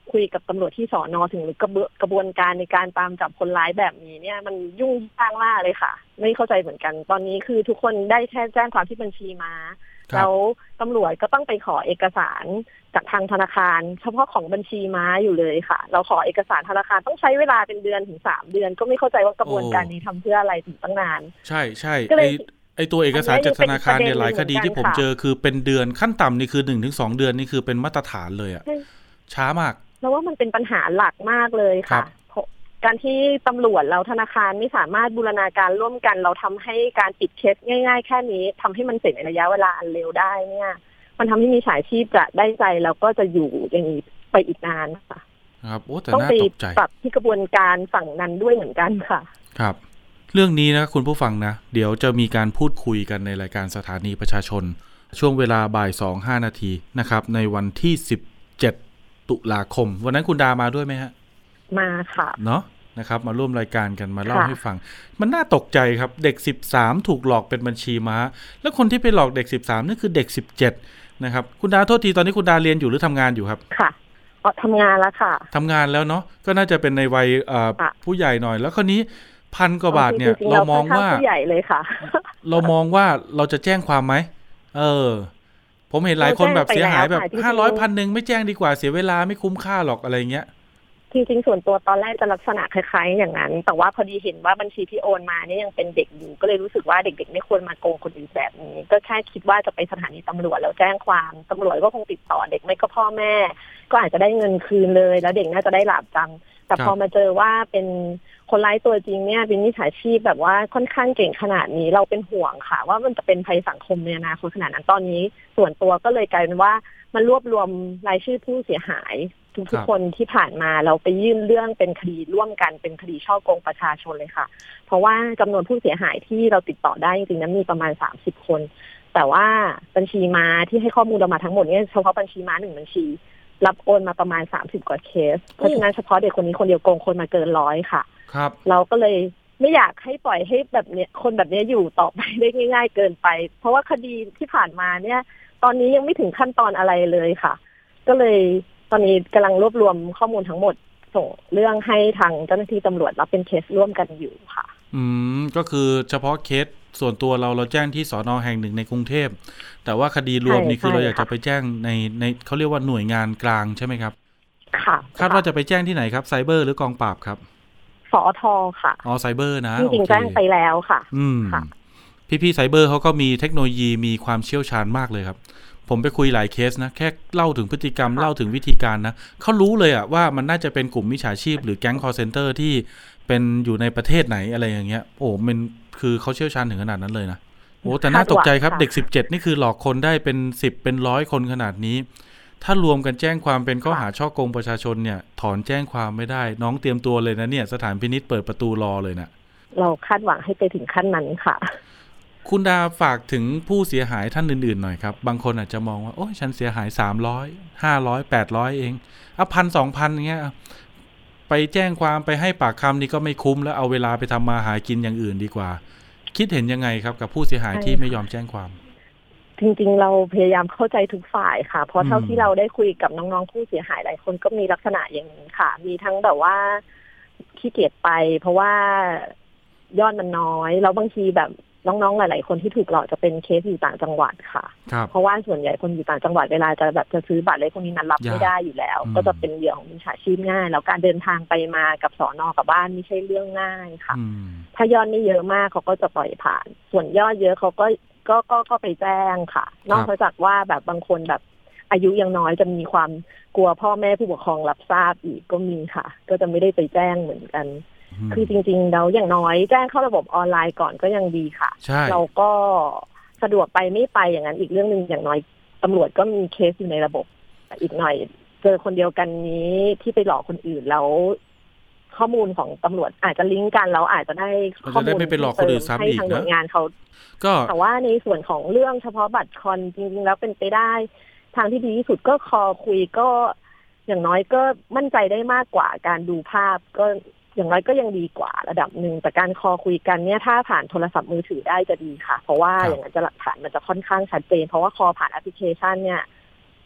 คุยกับตำรวจที่สน.ถึงกระบกระบวนการในการตามจับคนร้ายแบบนี้เนี่ยมันยุ่งยากมากเลยค่ะไม่เข้าใจเหมือนกันตอนนี้คือทุกคนได้แค่แจ้งความที่บัญชีม้าแล้วตำรวจก็ต้องไปขอเอกสารจากทางธนาคารเฉพาะของบัญชีม้าอยู่เลยค่ะเราขอเอกสารธนาคารต้องใช้เวลาเป็นเดือนถึงสามเดือนก็ไม่เข้าใจว่ากระบวนการนี้ทำเพื่ออะไรถึงตั้งนานใช่ใช่ไอไอตัวเอกสารจากธนาคารเนี่ยหลายคดีที่ผมเจอคือเป็นเดือนขั้นต่ำนี่คือ หนึ่งถึงสอง เดือนนี่คือเป็นมาตรฐานเลยอ่ะช้ามากแล้วว่ามันเป็นปัญหาหลักมากเลยค่ะการที่ตำรวจเราธนาคารไม่สามารถบูรณาการร่วมกันเราทำให้การปิดเคสง่ายๆแค่นี้ทำให้มันเสร็จในระยะเวลาอันเร็วได้เนี่ยมันทำให้มีสายชีพจะได้ใจแล้วก็จะอยู่อย่างนี้ไปอีกนานค่ะครับโอ้แต่น่าตกใจปรับที่กระบวนการฝั่งนั้นด้วยเหมือนกันค่ะครับเรื่องนี้นะคุณผู้ฟังนะเดี๋ยวจะมีการพูดคุยกันในรายการสถานีประชาชนช่วงเวลาบ่ายสองห้านาทีนะครับในวันที่สิบเจ็ดตุลาคมวันนั้นคุณดามาด้วยไหมฮะมาค่ะเนาะนะครับมาร่วมรายการกันมาเล่าให้ฟังมันน่าตกใจครับเด็กสิบสามถูกหลอกเป็นบัญชีม้าแล้วคนที่ไปหลอกเด็กสิบสามนั่นคือเด็กสิบเจ็ดนะครับคุณดาโทษทีตอนนี้คุณดาเรียนอยู่หรือทำงานอยู่ครับค่ะอ๋อทำงานแล้วค่ะทำงานแล้วเนาะก็น่าจะเป็นในวัยผู้ใหญ่หน่อยแล้วคราวนี้พันกว่าบาทเนี่ยเรามองว่าผู้ใหญ่เลยค่ะเรามองว่าเราจะแจ้งความไหมเออผมเห็นหลายคนแบบเสียหายแบบห้าร้อย พันนึงไม่แจ้งดีกว่าเสียเวลาไม่คุ้มค่าหรอกอะไรเงี้ยจริงๆส่วนตัวตอนแรกจะลักษณะคล้ายๆอย่างนั้นแต่ว่าพอดีเห็นว่าบัญชีที่โอนมาเนี่ยยังเป็นเด็กอยู่ก็เลยรู้สึกว่าเด็กๆไม่ควรมาโกงคนอื่นแบบนี้ก็แค่คิดว่าจะไปสถานีตำรวจแล้วแจ้งความตำรวจก็คงติดต่อเด็กไม่ก็พ่อแม่ก็อาจจะได้เงินคืนเลยแล้วเด็กน่าจะได้หลาบจำแต่พอมาเจอว่าเป็นคนร้ายตัวจริงเนี่ยเป็นมิจฉาชีพแบบว่าค่อนข้างเก่งขนาดนี้เราเป็นห่วงค่ะว่ามันจะเป็นภัยสังคมในอนาคตขนาดนั้นตอนนี้ส่วนตัวก็เลยกลายเป็นว่ามันรวบรวมรายชื่อผู้เสียหายทุกคนที่ผ่านมาเราไปยื่นเรื่องเป็นคดีร่วมกันเป็นคดีฉ้อโกงประชาชนเลยค่ะเพราะว่าจำนวนผู้เสียหายที่เราติดต่อได้จริงๆนั้นมีประมาณสามสิบคนแต่ว่าบัญชีม้าที่ให้ข้อมูลเรามาทั้งหมดเนี่ยเฉพาะบัญชีม้าหนึ่งบัญชีรับโอนมาประมาณสามสิบกว่าเคสเพราะฉะนั้นเฉพาะเด็กคนนี้คนเดียวโกงคนมาเกินร้อยค่ะครับเราก็เลยไม่อยากให้ปล่อยให้แบบเนี้ยคนแบบนี้อยู่ต่อไปได้ง่ายๆเกินไปเพราะว่าคดีที่ผ่านมาเนี่ยตอนนี้ยังไม่ถึงขั้นตอนอะไรเลยค่ะก็เลยตอนนี้กำลังรวบรวมข้อมูลทั้งหมดส่งเรื่องให้ทางเจ้าหน้าที่ตำรวจรับเป็นเคสร่วมกันอยู่ค่ะอืมก็คือเฉพาะเคสส่วนตัวเราเราแจ้งที่สน.แห่งหนึ่งในกรุงเทพแต่ว่าคดีรวมนี่คือเราอยากจะไปแจ้งในในเขาเรียกว่าหน่วยงานกลางใช่ไหมครับค่ะคาดว่าจะไปแจ้งที่ไหนครับไซเบอร์หรือกองปราบครับสอท.ค่ะอ๋อไซเบอร์นะจริงๆแจ้งไปแล้วค่ะอืมค่ะพี่ๆไซเบอร์เขาก็มีเทคโนโลยีมีความเชี่ยวชาญมากเลยครับผมไปคุยหลายเคสนะแค่เล่าถึงพฤติกรรมเล่าถึงวิธีการนะเขารู้เลยอะว่ามันน่าจะเป็นกลุ่มมิจฉาชีพหรือแก๊งคอลเซ็นเตอร์ที่เป็นอยู่ในประเทศไหนอะไรอย่างเงี้ยโอ้มันคือเขาเชี่ยวชาญถึงขนาดนั้นเลยนะโอ้แต่น่าตกใจครับเด็กสิบเจ็ดนี่คือหลอกคนได้เป็นสิบเป็นร้อยคนขนาดนี้ถ้ารวมกันแจ้งความเป็นข้อหาฉ้อโกงประชาชนเนี่ยถอนแจ้งความไม่ได้น้องเตรียมตัวเลยนะเนี่ยสถานพินิจเปิดประตูรอเลยนะเราคาดหวังให้ไปถึงขั้นนั้นค่ะคุณดาฝากถึงผู้เสียหายท่านอื่นๆหน่อยครับบางคนอาจจะมองว่าโอ้ยฉันเสียหายสามร้อย ห้าร้อย แปดร้อยเองอ่ะ หนึ่งพัน สองพัน เงี้ยไปแจ้งความไปให้ปากคำนี่ก็ไม่คุ้มแล้วเอาเวลาไปทำมาหากินอย่างอื่นดีกว่าคิดเห็นยังไงครับกับผู้เสียหายที่ไม่ยอมแจ้งความจริงๆเราพยายามเข้าใจทุกฝ่ายค่ะเพราะเท่าที่เราได้คุยกับน้องๆผู้เสียหายหลายคนก็มีลักษณะอย่างนี้ค่ะมีทั้งแบบว่าขี้เกียจไปเพราะว่ายอดมันน้อยแล้วบางทีแบบน้องๆหลายๆคนที่ถูกหลอกจะเป็นเคสอยู่ต่างจังหวัดค่ะเพราะว่าส่วนใหญ่คนอยู่ต่างจังหวัดเวลาจะแบบจะซื้อบัตรอะไรพวกนี้นั้นรับไม่ได้อยู่แล้วก็จะเป็นเหยื่อของมิจฉาชีพง่ายแล้วการเดินทางไปมากับสน.กับบ้านไม่ใช่เรื่องง่ายค่ะถ้ายอดไม่เยอะมากเขาก็จะปล่อยผ่านส่วนยอดเยอะเขาก็ก็ก็ก็ไปแจ้งค่ะนอกจากว่าแบบบางคนแบบอายุยังน้อยจะมีความกลัวพ่อแม่ผู้ปกครองรับทราบอีกก็มีค่ะก็จะไม่ได้ไปแจ้งเหมือนกันคือจริงๆเราอย่างน้อยแจ้งเข้าระบบออนไลน์ก่อนก็ยังดีค่ะเราก็สะดวกไปไม่ไปอย่างนั้นอีกเรื่องนึงอย่างน้อยตำรวจก็มีเคสอยู่ในระบบอีกหน่อยเจอคนเดียวกันนี้ที่ไปหลอกคนอื่นแล้วข้อมูลของตำรวจอาจจะลิงก์กันแล้วอาจจะได้ข้อมูลไม่ไปหลอกคนอื่นซ้ำอีกนะให้ทางหน่วยงานเขาก็แต่ว่าในส่วนของเรื่องเฉพาะบัตรคอนจริงๆแล้วเป็นไปได้ทางที่ดีที่สุดก็คอคุยก็อย่างน้อยก็มั่นใจได้มากกว่าการดูภาพก็อย่างไรก็ยังดีกว่าระดับหนึ่งแต่การคอคุยกันเนี่ยถ้าผ่านโทรศัพท์มือถือได้จะดีค่ะเพราะว่าอย่างนั้นจะหลักฐานมันจะค่อนข้างชัดเจนเพราะว่าคอผ่านแอปพลิเคชันเนี่ย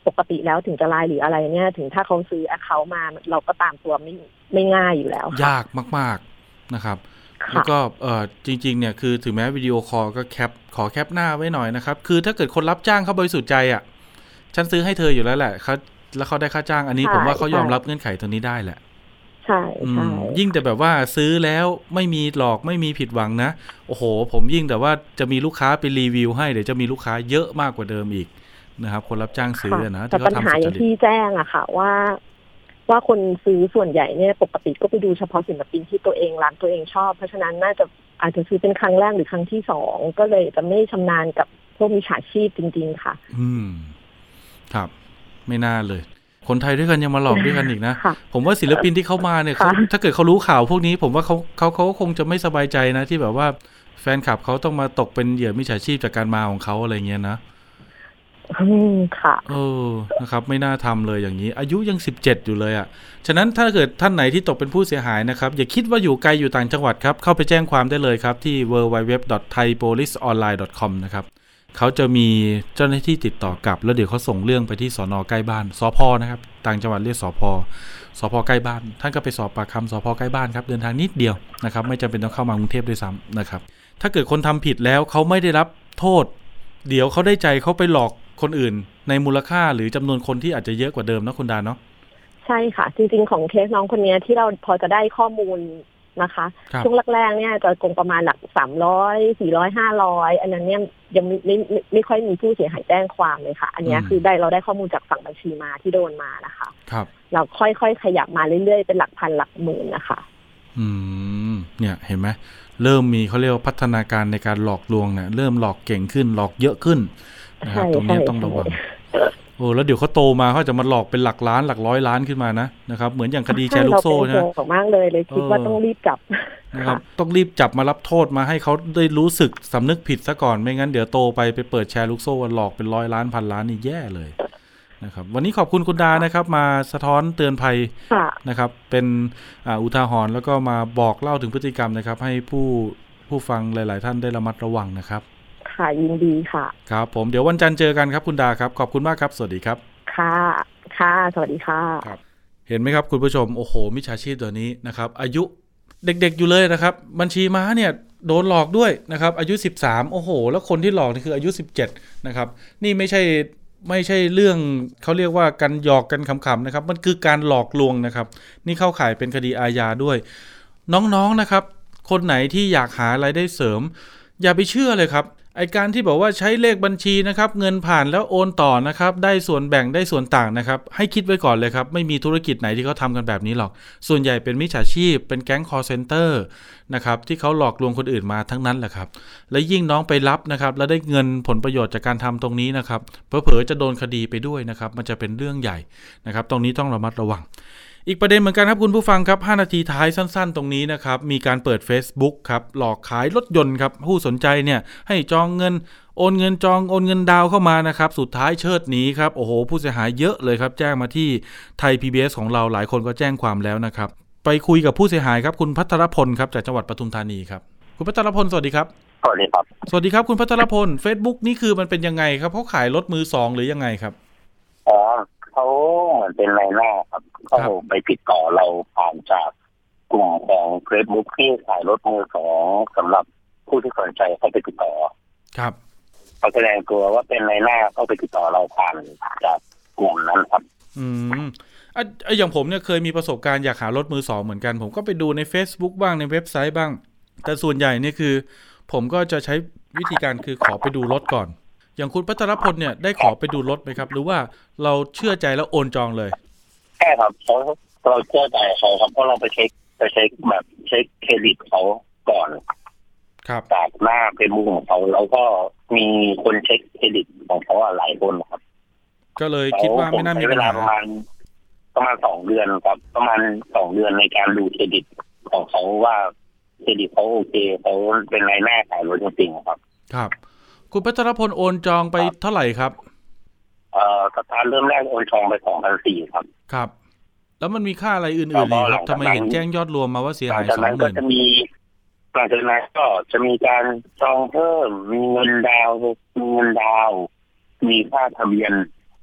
ปกติแล้วถึงจะไลน์หรืออะไรเนี่ยถึงถ้าเขาซื้อ account มาเราก็ตามตัวไม่ไม่ง่ายอยู่แล้วยากมากๆนะครับแล้วก็เออจริงๆเนี่ยคือถึงแม้วิดีโอคอลก็แคปขอแคปหน้าไว้หน่อยนะครับคือถ้าเกิดคนรับจ้างเขาบริสุทธิ์ใจอ่ะฉันซื้อให้เธออยู่แล้วแหละเขาแล้วเขาได้ค่าจ้างอันนี้ผมว่าเขายอมรับเงื่อนไขตรงนี้ได้แหละใช่ใช่ยิ่งแต่แบบว่าซื้อแล้วไม่มีหลอกไม่มีผิดหวังนะโอ้โหผมยิ่งแต่ว่าจะมีลูกค้าไปรีวิวให้เดี๋ยวจะมีลูกค้าเยอะมากกว่าเดิมอีกนะครับคนรับจ้างซื้อนะแต่ปัญหาอย่างที่แจ้งอะค่ะว่าว่าคนซื้อส่วนใหญ่เนี่ยปกติก็ไปดูเฉพาะศิลปินที่ตัวเองรักตัวเองชอบเพราะฉะนั้นน่าจะอาจจะซื้อเป็นครั้งแรกหรือครั้งที่สองก็เลยจะไม่ชำนาญกับพวกมิจฉาชีพจริงๆค่ะอืมครับไม่น่าเลยคนไทยด้วยกันยังมาหลอกด้วยกันอีกนะผมว่าศิลปินที่เขามาเนี่ยถ้าเกิดเขารู้ข่าวพวกนี้ผมว่าเขาเขาเขาคงจะไม่สบายใจนะที่แบบว่าแฟนคลับเขาต้องมาตกเป็นเหยื่อมิจฉาชีพจากการมาของเขาอะไรเงี้ยนะอืมค่ะเออนะครับไม่น่าทำเลยอย่างนี้อายุยังสิบเจ็ดอยู่เลยอ่ะฉะนั้นถ้าเกิดท่านไหนที่ตกเป็นผู้เสียหายนะครับอย่าคิดว่าอยู่ไกลอยู่ต่างจังหวัดครับเข้าไปแจ้งความได้เลยครับที่ ดับเบิลยู ดับเบิลยู ดับเบิลยู ดอท ไทยโพลิสออนไลน์ ดอท คอม นะครับเขาจะมีเจ้าหน้าที่ติดต่อกลับแล้วเดี๋ยวเขาส่งเรื่องไปที่สน.ใกล้บ้านสภ.นะครับต่างจังหวัดเรียกสภ.สภ.ใกล้บ้านท่านก็ไปสอบปากคำสภ.ใกล้บ้านครับเดินทางนิดเดียวนะครับไม่จำเป็นต้องเข้ามากรุงเทพด้วยซ้ำนะครับถ้าเกิดคนทำผิดแล้วเขาไม่ได้รับโทษเดี๋ยวเขาได้ใจเขาไปหลอกคนอื่นในมูลค่าหรือจำนวนคนที่อาจจะเยอะกว่าเดิมนะคุณดาเนาะใช่ค่ะจริงๆของเคสน้องคนนี้ที่เราพอจะได้ข้อมูลนะคะช่วงแรกๆเนี่ยจะคงประมาณหลักสามร้อย สี่ร้อย ห้าร้อยอันนั้นเนี่ยยังไม่ไม่ไม่ค่อยมีผู้เสียหายแจ้งความเลยค่ะอันนี้คือได้เราได้ข้อมูลจากฝั่งบัญชีมาที่โดนมานะคะครับเราค่อยๆขยับมาเรื่อยๆเป็นหลักพันหลักหมื่นนะคะอืมเนี่ยเห็นไหมเริ่มมีเขาเรียกว่าพัฒนาการในการหลอกลวงเนี่ยเริ่มหลอกเก่งขึ้นหลอกเยอะขึ้นนะครับตรงนี้ต้องระวังโอ้แล้วเดี๋ยวเขาโตมาเขาจะมาหลอกเป็นหลักล้านหลักร้อยล้านขึ้นมานะนะครับเหมือนอย่างคดีแชร์ลูกโซ่นะเรามากเลยเลยคิดว่าต้องรีบจับนะครับต้องรีบจับมารับโทษมาให้เขาได้รู้สึกสำนึกผิดซะก่อนไม่งั้นเดี๋ยวโตไปไปเปิดแชร์ลูกโซ่หลอกเป็นร้อยล้านพันล้านนี่แย่เลยนะครับวันนี้ขอบคุณคุณดานะครับมาสะท้อนเตือนภัยนะครับเป็นอุทาหรณ์แล้วก็มาบอกเล่าถึงพฤติกรรมนะครับให้ผู้ผู้ฟังหลายๆท่านได้ระมัดระวังนะครับค่ะยินดีค่ะครับผมเดี๋ยววันจันทร์เจอกันครับคุณดาครับขอบคุณมากครับสวัสดีครับค่ะค่ะสวัสดีค่ะครับเห็นไหมครับคุณผู้ชมโอ้โหมิจฉาชีพตัวนี้นะครับอายุเด็กๆอยู่เลยนะครับบัญชีม้าเนี่ยโดนหลอกด้วยนะครับอายุสิบสามโอ้โหแล้วคนที่หลอกนี่คืออายุสิบเจ็ดนะครับนี่ไม่ใช่ไม่ใช่เรื่องเขาเรียกว่ากันหยอกกันขำๆนะครับมันคือการหลอกลวงนะครับนี่เข้าข่ายเป็นคดีอาญาด้วยน้องๆนะครับคนไหนที่อยากหารายได้เสริมอย่าไปเชื่อเลยครับไอการที่บอกว่าใช้เลขบัญชีนะครับเงินผ่านแล้วโอนต่อนะครับได้ส่วนแบ่งได้ส่วนต่างนะครับให้คิดไว้ก่อนเลยครับไม่มีธุรกิจไหนที่เขาทำกันแบบนี้หรอกส่วนใหญ่เป็นมิจฉาชีพเป็นแก๊ง call center นะครับที่เขาหลอกลวงคนอื่นมาทั้งนั้นแหละครับและยิ่งน้องไปรับนะครับแล้วได้เงินผลประโยชน์จากการทำตรงนี้นะครับเผลอๆจะโดนคดีไปด้วยนะครับมันจะเป็นเรื่องใหญ่นะครับตรงนี้ต้องระมัดระวังอีกประเด็นเหมือนกันครับคุณผู้ฟังครับห้านาทีท้ายสั้นๆตรงนี้นะครับมีการเปิด Facebook ครับหลอกขายรถยนต์ครับผู้สนใจเนี่ยให้จองเงินโอนเงินจองโอนเงินดาวเข้ามานะครับสุดท้ายเชิดหนีครับโอ้โหผู้เสียหายเยอะเลยครับแจ้งมาที่ไทย พี บี เอส ของเราหลายคนก็แจ้งความแล้วนะครับไปคุยกับผู้เสียหายครับคุณภัทรพลครับจากจังหวัดปทุมธานีครับคุณภัทรพลสวัสดีครับสวัสดีครับสวัสดีครับคุณภัทรพล Facebook นี่คือมันเป็นยังไงครับเขาขายรถมือสองหรือยังไงครับอ๋อเขาเหมือนเป็นนายหน้าครับเขาไปติดต่อเราผ่านจากกลุ่มของ Facebook ที่ขายรถมือสองสำหรับผู้ที่สนใจเขาไปติดต่อครับเขาแสดงตัวว่าเป็นนายหน้าเขาไปติดต่อเราผ่านจากกลุ่มนั้นครับอืมอ่ะอย่างผมเนี่ยเคยมีประสบการณ์อยากหารถมือสองเหมือนกันผมก็ไปดูใน Facebook บ้างในเว็บไซต์บ้างแต่ส่วนใหญ่เนี่ยคือผมก็จะใช้วิธีการคือขอไปดูรถก่อนอย่างคุณภัทรพลเนี่ยได้ขอไปดูรถไหมครับหรือว่าเราเชื่อใจแล้วโอนจองเลยใช่ครับเขาเราเชื่อใจเขาครับเพราะเราไปเช็คไปเช็คแบบเช็คเครดิตเขาก่อนครับจากหน้าเฟซบุ๊กของเขาแล้วก็มีคนเช็คเครดิตของเขาหลายคนครับก็เลยคิดว่าไม่น่ามีเวลาประมาณประมาณสองเดือนครับประมาณสองเดือนในการดูเครดิตของเขาว่าเครดิตเขาโอเคเขาเป็นนายหน้าขายรถจริงๆครับครับคุณภัทรพลโอนจองไปเท่าไหร่ครับเอ่อสตาร์ทเริ่มแรกโอนจองไป สองพันสี่ร้อย ครับครับแล้วมันมีค่าอะไรอื่นๆอีกครับทำไมเห็นแจ้งยอดรวมมาว่าเสียหาย สองหมื่นก็จะมีหลังจากนั้นก็จะมีการจองเพิ่มมีเงินดาวมีเงินดาวมีค่าทะเบียน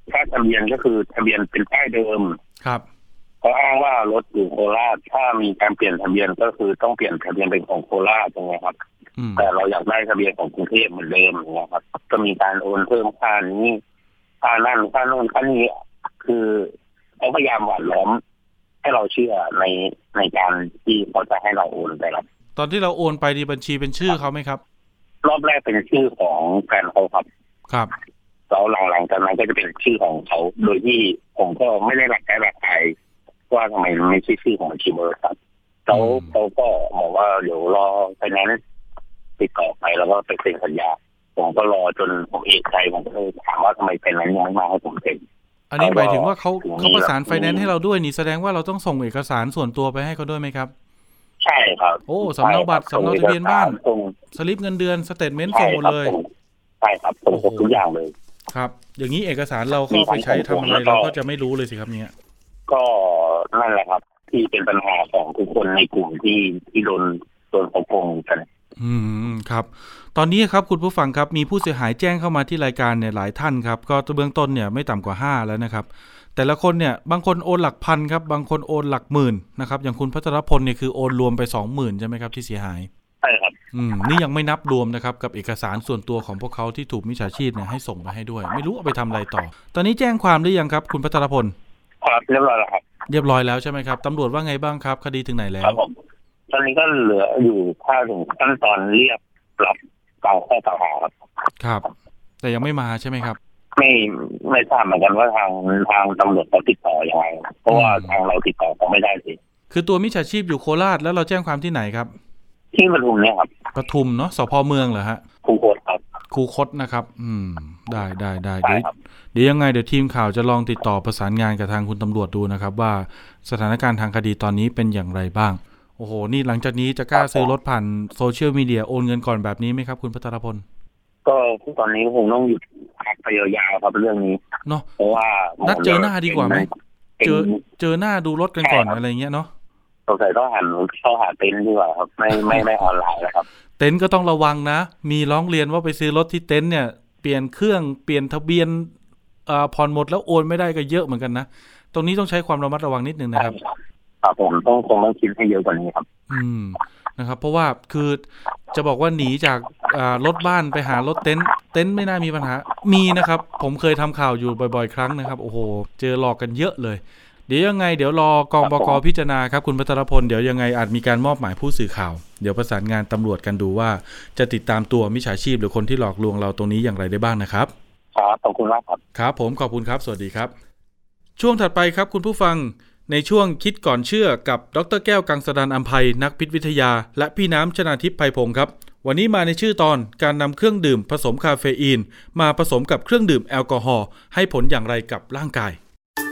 ถ้าทะเบียนก็คือทะเบียนเป็นป้ายเดิมครับเขาอ้างว่ารถอยู่โคราชถ้ามีการเปลี่ยนทะเบียนก็คือต้องเปลี่ยนทะเบียนเป็นของโคราชใช่ไหมครับแต่เราอยากได้ทะเบียนของกรุงเทพเหมือนเดิมนะครับก็มีการโอนเพิ่มค่านี้ค่านั่นค่าโน่นค่านี้คือเขาพยายามหว่านล้อมให้เราเชื่อในในการที่เขาจะให้เราโอนไปครับตอนที่เราโอนไปในบัญชีเป็นชื่อเขาไหมครับรอบแรกเป็นชื่อของแฟนเขาครับครับแล้วหลังๆจากนั้นก็จะเป็นชื่อของเขาโดยที่ผมก็ไม่ได้หลักใจหลักใจว่าทำไมไม่ใช่ชื่อของบัญชีบริษัทเขาเขาก็บอกว่าเดี๋ยวรอไฟแนนซ์ติดต่อไปแล้วก็ไปเซ็นสัญญาผมก็รอจนผมเอกใจผมก็เลยถามว่าทำไมไฟแนนซ์ยังไม่มาให้ผมเซ็นอันนี้หมายถึงว่าเขาเขาประสานไฟแนนซ์ให้เราด้วยนี่แสดงว่าเราต้องส่งเอกสารส่วนตัวไปให้เขาด้วยไหมครับใช่ครับโอ้สำเนาบัตรสำเนาทะเบียนบ้านสลิปเงินเดือนสเตทเมนต์ส่งหมดเลยใช่ครับส่งทุกอย่างเลยครับอย่างนี้เอกสารเราเข้าไปใช้ทำอะไรเราก็จะไม่รู้เลยสิครับเนี่ยก็นั่นแหละครับที่เป็นปัญหาของทุกคนในกลุ่มที่ที่โดนโดนเขาโกงกันอืมครับตอนนี้ครับคุณผู้ฟังครับมีผู้เสียหายแจ้งเข้ามาที่รายการเนี่ยหลายท่านครับก็เบื้องต้นเนี่ยไม่ต่ำกว่าห้าแล้วนะครับแต่ละคนเนี่ยบางคนโอนหลักพันครับบางคนโอนหลักหมื่นนะครับอย่างคุณพัทรพลเนี่ยคือโอนรวมไป สองหมื่น ใช่ไหมครับที่เสียหายใช่ครับอืมนี่ยังไม่นับรวมนะครับกับเอกสารส่วนตัวของพวกเขาที่ถูกมิจฉาชีพเนี่ยให้ส่งไปให้ด้วยไม่รู้เอาไปทำอะไรต่อตอนนี้แจ้งความหรือยังครับคุณพัทรพลครับเรียบร้อยแล้วครับเรียบร้อยแล้วใช่ไหมครับตำรวจว่าไงบ้างครับคดีถึงไหนแล้วครับผมตอนนี้ก็เหลืออยู่ถ้าถึงขั้นตอนเรียกรับกล่าวข้อกล่าวหาครับครับแต่ยังไม่มาใช่ไหมครับไม่ไม่ทราบเหมือนกันว่าทางทางตำรวจเขาติดต่อยังไงเพราะว่าทางเราติดต่อเขาไม่ได้สิคือตัวมิจฉาชีพอยู่โคราชแล้วเราแจ้งความที่ไหนครับที่ปทุมเนี่ยครับปทุมเนาะสภ.เมืองเหรอฮะคูคตครับคูคตนะครับอืมได้ได้ได้เดี๋ยวเดี๋ยวยังไงเดี๋ยวทีมข่าวจะลองติดต่อประสานงานกับทางคุณตำรวจดูนะครับว่าสถานการณ์ทางคดีตอนนี้เป็นอย่างไรบ้างโอ้โหนี่หลังจากนี้จะกล้าซื้อรถผ่านโซเชียลมีเดียโอนเงินก่อนแบบนี้ไหมครับคุณพัทรพลก็ตอนนี้คงต้องหยุดพักไปยาวๆครับเรื่องนี้เนาะเพราะว่านัดเจอหน้าดีกว่าไหมเจอเจอหน้าดูรถกันก่อนอะไรเงี้ยเนาะสงสัยต้องหันเข้าหาเต็นท์ดีกว่าครับไม่ไม่ไม่ออนไลน์แล้วครับเต็นท์ก็ต้องระวังนะมีร้องเรียนว่าไปซื้อรถที่เต็นท์เนี่ยเปลี่ยนเครื่องเปลี่ยนทะเบียนอ่าผ่อนหมดแล้วโอนไม่ได้ก็เยอะเหมือนกันนะตรงนี้ต้องใช้ความระมัดระวังนิดนึงนะครับครับผมต้องคงต้องคิดให้เยอะกว่านี้ครับอืมนะครับเพราะว่าคือจะบอกว่าหนีจากอ่ารถบ้านไปหารถเต็นท์เต็นท์ไม่น่ามีปัญหามีนะครับผมเคยทำข่าวอยู่บ่อยๆครั้งนะครับโอ้โหเจอหลอกกันเยอะเลยเดี๋ยวยังไงเดี๋ยวรอกองบก.พิจารณาครับคุณพัทรพลเดี๋ยวยังไงอาจมีการมอบหมายผู้สื่อข่าวเดี๋ยวประสานงานตำรวจกันดูว่าจะติดตามตัวมิจฉาชีพหรือคนที่หลอกลวงเราตรงนี้อย่างไรได้บ้างนะครับครับขอบคุณมากครับครับผมขอบคุณครับสวัสดีครับช่วงถัดไปครับคุณผู้ฟังในช่วงคิดก่อนเชื่อกับดร.แก้วกังสดาลอำไพนักพิษวิทยาและพี่น้ำชนาทิพย์ไพพงศ์ครับวันนี้มาในชื่อตอนการนำเครื่องดื่มผสมคาเฟอีนมาผสมกับเครื่องดื่มแอลกอฮอล์ให้ผลอย่างไรกับร่างกาย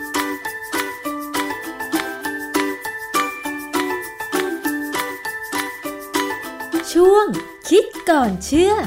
ช่วงคิดก่อนเชื่อ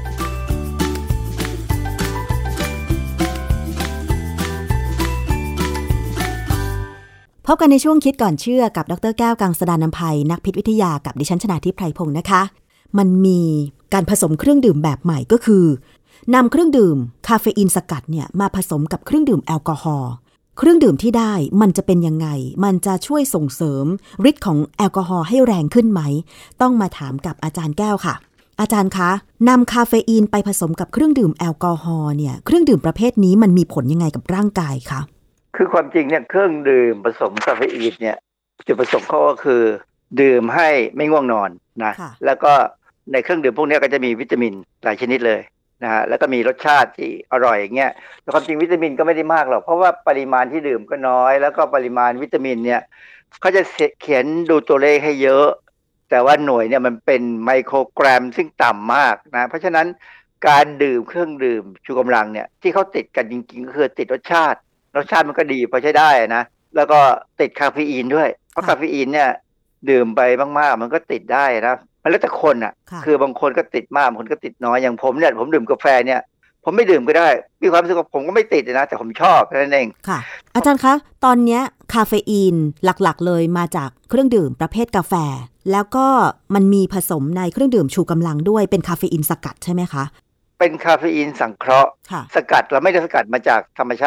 พบกันในช่วงคิดก่อนเชื่อกับดร.แก้วกังสดาลอำไพนักพิษวิทยากับดิฉันชนาทิพย์ไพพงศ์นะคะมันมีการผสมเครื่องดื่มแบบใหม่ก็คือนำเครื่องดื่มคาเฟอีนสกัดเนี่ยมาผสมกับเครื่องดื่มแอลกอฮอล์เครื่องดื่มที่ได้มันจะเป็นยังไงมันจะช่วยส่งเสริมฤทธิ์ของแอลกอฮอล์ให้แรงขึ้นไหมต้องมาถามกับอาจารย์แก้วค่ะอาจารย์คะนำคาเฟอีนไปผสมกับเครื่องดื่มแอลกอฮอล์เนี่ยเครื่องดื่มประเภทนี้มันมีผลยังไงกับร่างกายคะคือความจริงเนี่ยเครื่องดื่มผสมคาเฟอีนเนี่ยจุดประสงค์เขาก็คือดื่มให้ไม่ง่วงนอนนะแล้วก็ในเครื่องดื่มพวกนี้ก็จะมีวิตามินหลายชนิดเลยนะฮะแล้วก็มีรสชาติที่อร่อยอย่างเงี้ยแต่ความจริงวิตามินก็ไม่ได้มากหรอกเพราะว่าปริมาณที่ดื่มก็น้อยแล้วก็ปริมาณวิตามินเนี่ยเขาจะเขียนดูตัวเลขให้เยอะแต่ว่าหน่วยเนี่ยมันเป็นไมโครกรัมซึ่งต่ำมากนะเพราะฉะนั้นการดื่มเครื่องดื่มชูกำลังเนี่ยที่เขาติดกันจริงๆก็คือติดรสชาติรสชาติมันก็ดีพอใช้ได้นะแล้วก็ติดคาเฟอีนด้วยเพราะคาเฟอีนเนี่ยดื่มไปมากๆมันก็ติดได้นะมันแล้วแต่คนอ่ะคือบางคนก็ติดมากบางคนก็ติดน้อยอย่างผมเนี่ยผมดื่มกาแฟเนี่ยผมไม่ดื่มก็ได้มีความรู้สึกว่าผมก็ไม่ติดนะแต่ผมชอบแค่นั้นเองค่ะอาจารย์คะตอนนี้คาเฟอีนหลักๆเลยมาจากเครื่องดื่มประเภทกาแฟแล้วก็มันมีผสมในเครื่องดื่มชูกำลังด้วยเป็นคาเฟอีนสกัดใช่ไหมคะเป็นคาเฟอีนสังเคราะห์สกัดเราไม่ได้สกัดมาจากธรรมชาติ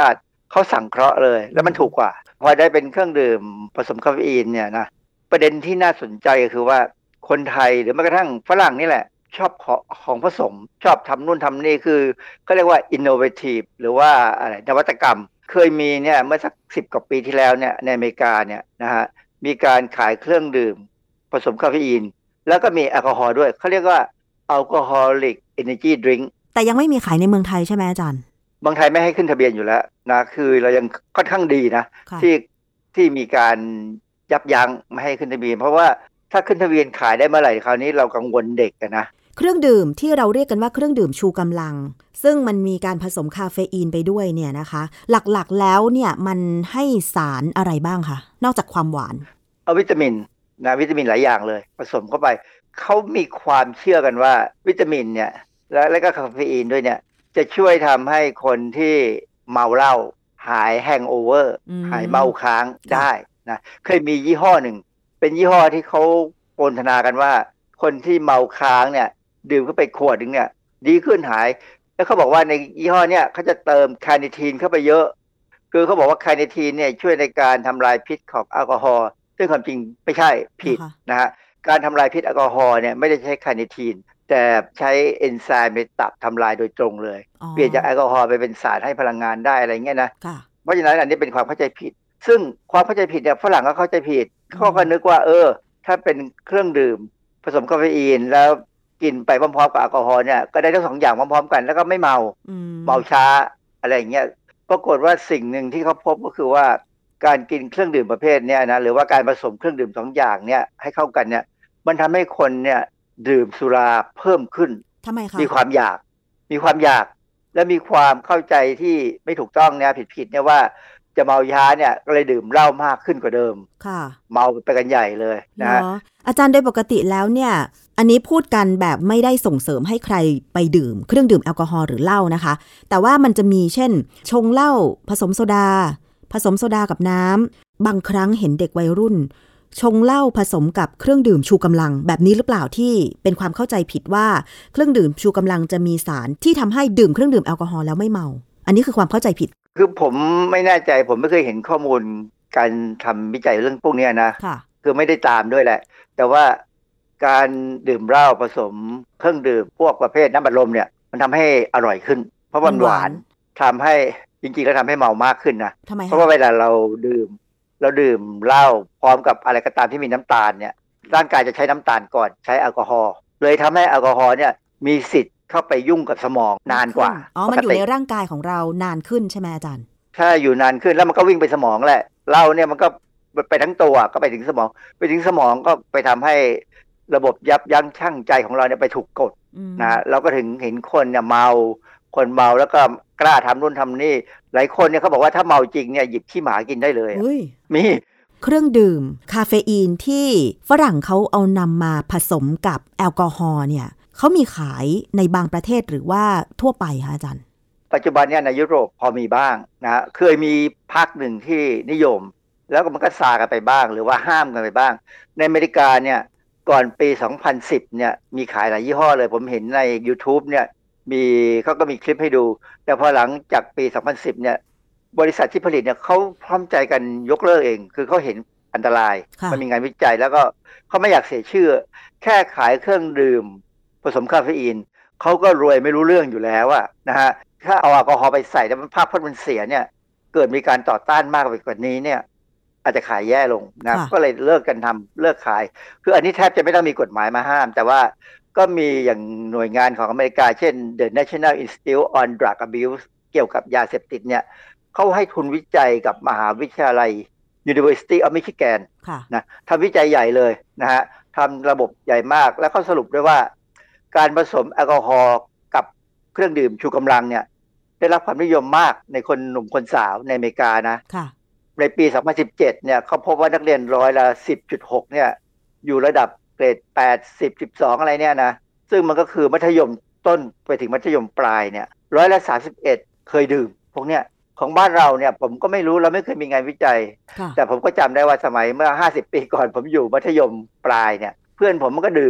เขาสังเคราะห์เลยแล้วมันถูกกว่าพอได้เป็นเครื่องดื่มผสมคาเฟอีนเนี่ยนะประเด็นที่น่าสนใจก็คือว่าคนไทยหรือแม้กระทั่งฝรั่งนี่แหละชอบของของผสมชอบทำนู่นทำนี่คือเขาเรียกว่า innovative หรือว่าอะไรนวัตกรรมเคยมีเนี่ยเมื่อสักสิบกว่าปีที่แล้วเนี่ยในอเมริกาเนี่ยนะฮะมีการขายเครื่องดื่มผสมคาเฟอีนแล้วก็มีแอลกอฮอล์ด้วยเขาเรียกว่า alcoholic energy drink แต่ยังไม่มีขายในเมืองไทยใช่ไหมอาจารย์เมืองไทยไม่ให้ขึ้นทะเบียนอยู่แล้วนะคือเรายังค่อนข้างดีนะที่ที่มีการยับยั้งไม่ให้ขึ้นทะเบียนเพราะว่าถ้าขึ้นทะเบียนขายได้เมื่อไหร่คราวนี้เรากังวลเด็กกันนะเครื่องดื่มที่เราเรียกกันว่าเครื่องดื่มชูกำลังซึ่งมันมีการผสมคาเฟอีนไปด้วยเนี่ยนะคะหลักๆแล้วเนี่ยมันให้สารอะไรบ้างคะนอกจากความหวานเอาวิตามินนะวิตามินหลายอย่างเลยผสมเข้าไปเขามีความเชื่อกันว่าวิตามินเนี่ยแล้วแล้วก็คาเฟอีนด้วยเนี่ยจะช่วยทำให้คนที่เมาเหล้าหายแฮงโอเวอร์หายเมาค้างได้นะเคยมียี่ห้อหนึ่งเป็นยี่ห้อที่เขาโฆษณากันว่าคนที่เมาค้างเนี่ยดื่มเข้าไปขวดนึงเนี่ยดีขึ้นหายแล้วเขาบอกว่าในยี่ห้อเนี่ยเขาจะเติมคาเนทีนเข้าไปเยอะคือเขาบอกว่าคาเนทีนเนี่ยช่วยในการทำลายพิษของแอลกอฮอล์ซึ่งความจริงไม่ใช่ผิด uh-huh. นะฮะการทำลายพิษแอลกอฮอล์เนี่ยไม่ได้ใช้คาเนทีนแต่ใช้เอนไซม์ในตับทำลายโดยตรงเลย uh-huh. เปลี่ยนจากแอลกอฮอล์ไปเป็นสารให้พลังงานได้อะไรเงี้ยนะ uh-huh. เพราะฉะนั้นอันนี้เป็นความเข้าใจผิดซึ่งความเข้าใจผิดเนี่ยฝรั่งก็เข้าใจผิด uh-huh. เขาก็นึกว่าเออถ้าเป็นเครื่องดื่มผสมคาเฟอีนแล้วกินไปพร้อมๆกับแอลกอฮอล์เนี่ยก็ได้ทั้งสองอย่างพร้อมๆกันแล้วก็ไม่เมาเมาช้าอะไรอย่างเงี้ยปรากฏว่าสิ่งหนึ่งที่เขาพบก็คือว่าการกินเครื่องดื่มประเภทเนี้ยนะหรือว่าการผสมเครื่องดื่มสองอย่างเนี่ยให้เข้ากันเนี่ยมันทำให้คนเนี่ยดื่มสุราเพิ่มขึ้นทำไมคะมีความอยากมีความอยากและมีความเข้าใจที่ไม่ถูกต้องเนี่ยผิดๆเนี่ยว่าจะเมาช้าเนี่ยก็เลยดื่มเหล้ามากขึ้นกว่าเดิมค่ะเมาไปกันใหญ่เลยนะฮะอาจารย์โดยปกติแล้วเนี่ยอันนี้พูดกันแบบไม่ได้ส่งเสริมให้ใครไปดื่มเครื่องดื่มแอลกอฮอล์หรือเหล้านะคะแต่ว่ามันจะมีเช่นชงเหล้าผสมโซดาผสมโซดากับน้ำบางครั้งเห็นเด็กวัยรุ่นชงเหล้าผสมกับเครื่องดื่มชูกำลังแบบนี้หรือเปล่าที่เป็นความเข้าใจผิดว่าเครื่องดื่มชูกำลังจะมีสารที่ทำให้ดื่มเครื่องดื่มแอลกอฮอล์แล้วไม่เมาอันนี้คือความเข้าใจผิดคือผมไม่แน่ใจผมไม่เคยเห็นข้อมูลการทำวิจัยเรื่องพวกนี้นะคือไม่ได้ตามด้วยแหละแต่ว่าการดื่มเหล้าผสมเครื่องดื่มพวกประเภทน้ำบัดลมเนี่ยมันทำให้อร่อยขึ้นเพราะมันหวานทำให้จริงๆแล้วทำให้เมามากขึ้นนะเพราะว่าเวลาเราดื่มเราดื่มเหล้าพร้อมกับอะไรก็ตามที่มีน้ำตาลเนี่ยร่างกายจะใช้น้ำตาลก่อนใช้แอลกอฮอล์เลยทำให้แอลกอฮอล์เนี่ยมีสิทธิ์เข้าไปยุ่งกับสมองนานกว่าอ๋อมันอยู่ในร่างกายของเรานานขึ้นใช่ไหมอาจารย์ใช่อยู่นานขึ้นแล้วมันก็วิ่งไปสมองแหละเหล้าเนี่ยมันก็ไปทั้งตัวก็ไปถึงสมองไปถึงสมองก็ไปทำให้ระบบยับยั้งชั่งใจของเราเนี่ยไปถูกกดนะเราก็ถึงเห็นคนเนี่ยเมาคนเมาแล้วก็กล้าทำนู่นทำนี่หลายคนเนี่ยเขาบอกว่าถ้าเมาจริงเนี่ยหยิบขี้หมากินได้เลยมีเครื่องดื่มคาเฟอีนที่ฝรั่งเขาเอานำมาผสมกับแอลกอฮอล์เนี่ยเขามีขายในบางประเทศหรือว่าทั่วไปคะอาจารย์ปัจจุบันเนี่ยในยุโรปพอมีบ้างนะเคยมีภาคหนึ่งที่นิยมแล้วก็มันก็ซากันไปบ้างหรือว่าห้ามกันไปบ้างในอเมริกาเนี่ยก่อนปีสองพันสิบเนี่ยมีขายหลายยี่ห้อเลยผมเห็นใน YouTube เนี่ยมีเขาก็มีคลิปให้ดูแต่พอหลังจากปีสองพันสิบเนี่ยบริษัทที่ผลิตเนี่ยเขาพร้อมใจกันยกเลิกเองคือเขาเห็นอันตรายมันมีงานวิจัยแล้วก็เขาไม่อยากเสียชื่อแค่ขายเครื่องดื่มผสมคาเฟอีนเขาก็รวยไม่รู้เรื่องอยู่แล้วอะนะฮะถ้าเอาแอลกอฮอล์ไปใส่แล้วมันภาพพจน์มันเสียเนี่ยเกิดมีการต่อต้านมากไปกว่านี้เนี่ยอาจจะขายแย่ลงนะก็เลยเลิกกันทำเลิกขายคืออันนี้แทบจะไม่ต้องมีกฎหมายมาห้ามแต่ว่าก็มีอย่างหน่วยงานของอเมริกาเช่น The National Institute on Drug Abuse เกี่ยวกับยาเสพติดเนี่ยเขาให้ทุนวิจัยกับมหาวิทยาลัย University of Michigan นะทำวิจัยใหญ่เลยนะฮะทำระบบใหญ่มากแล้วเขาสรุปด้วยว่าการผสมแอลกอฮอล์กับเครื่องดื่มชูกำลังเนี่ยได้รับความนิยมมากในคนหนุ่มคนสาวในอเมริกานะในปีสองพันสิบเจ็ดเนี่ยเขาพบว่านักเรียนร้อยละ สิบจุดหก เนี่ยอยู่ระดับเกรดแปด สิบ สิบสองอะไรเนี่ยนะซึ่งมันก็คือมัธยมต้นไปถึงมัธยมปลายเนี่ยร้อยละสามสิบเอ็ดเคยดื่มพวกเนี้ยของบ้านเราเนี่ยผมก็ไม่รู้เราไม่เคยมีงานวิจัยแต่ผมก็จำได้ว่าสมัยเมื่อห้าสิบปีก่อนผมอยู่มัธยมปลายเนี่ยเพื่อนผมมันก็ดื่ม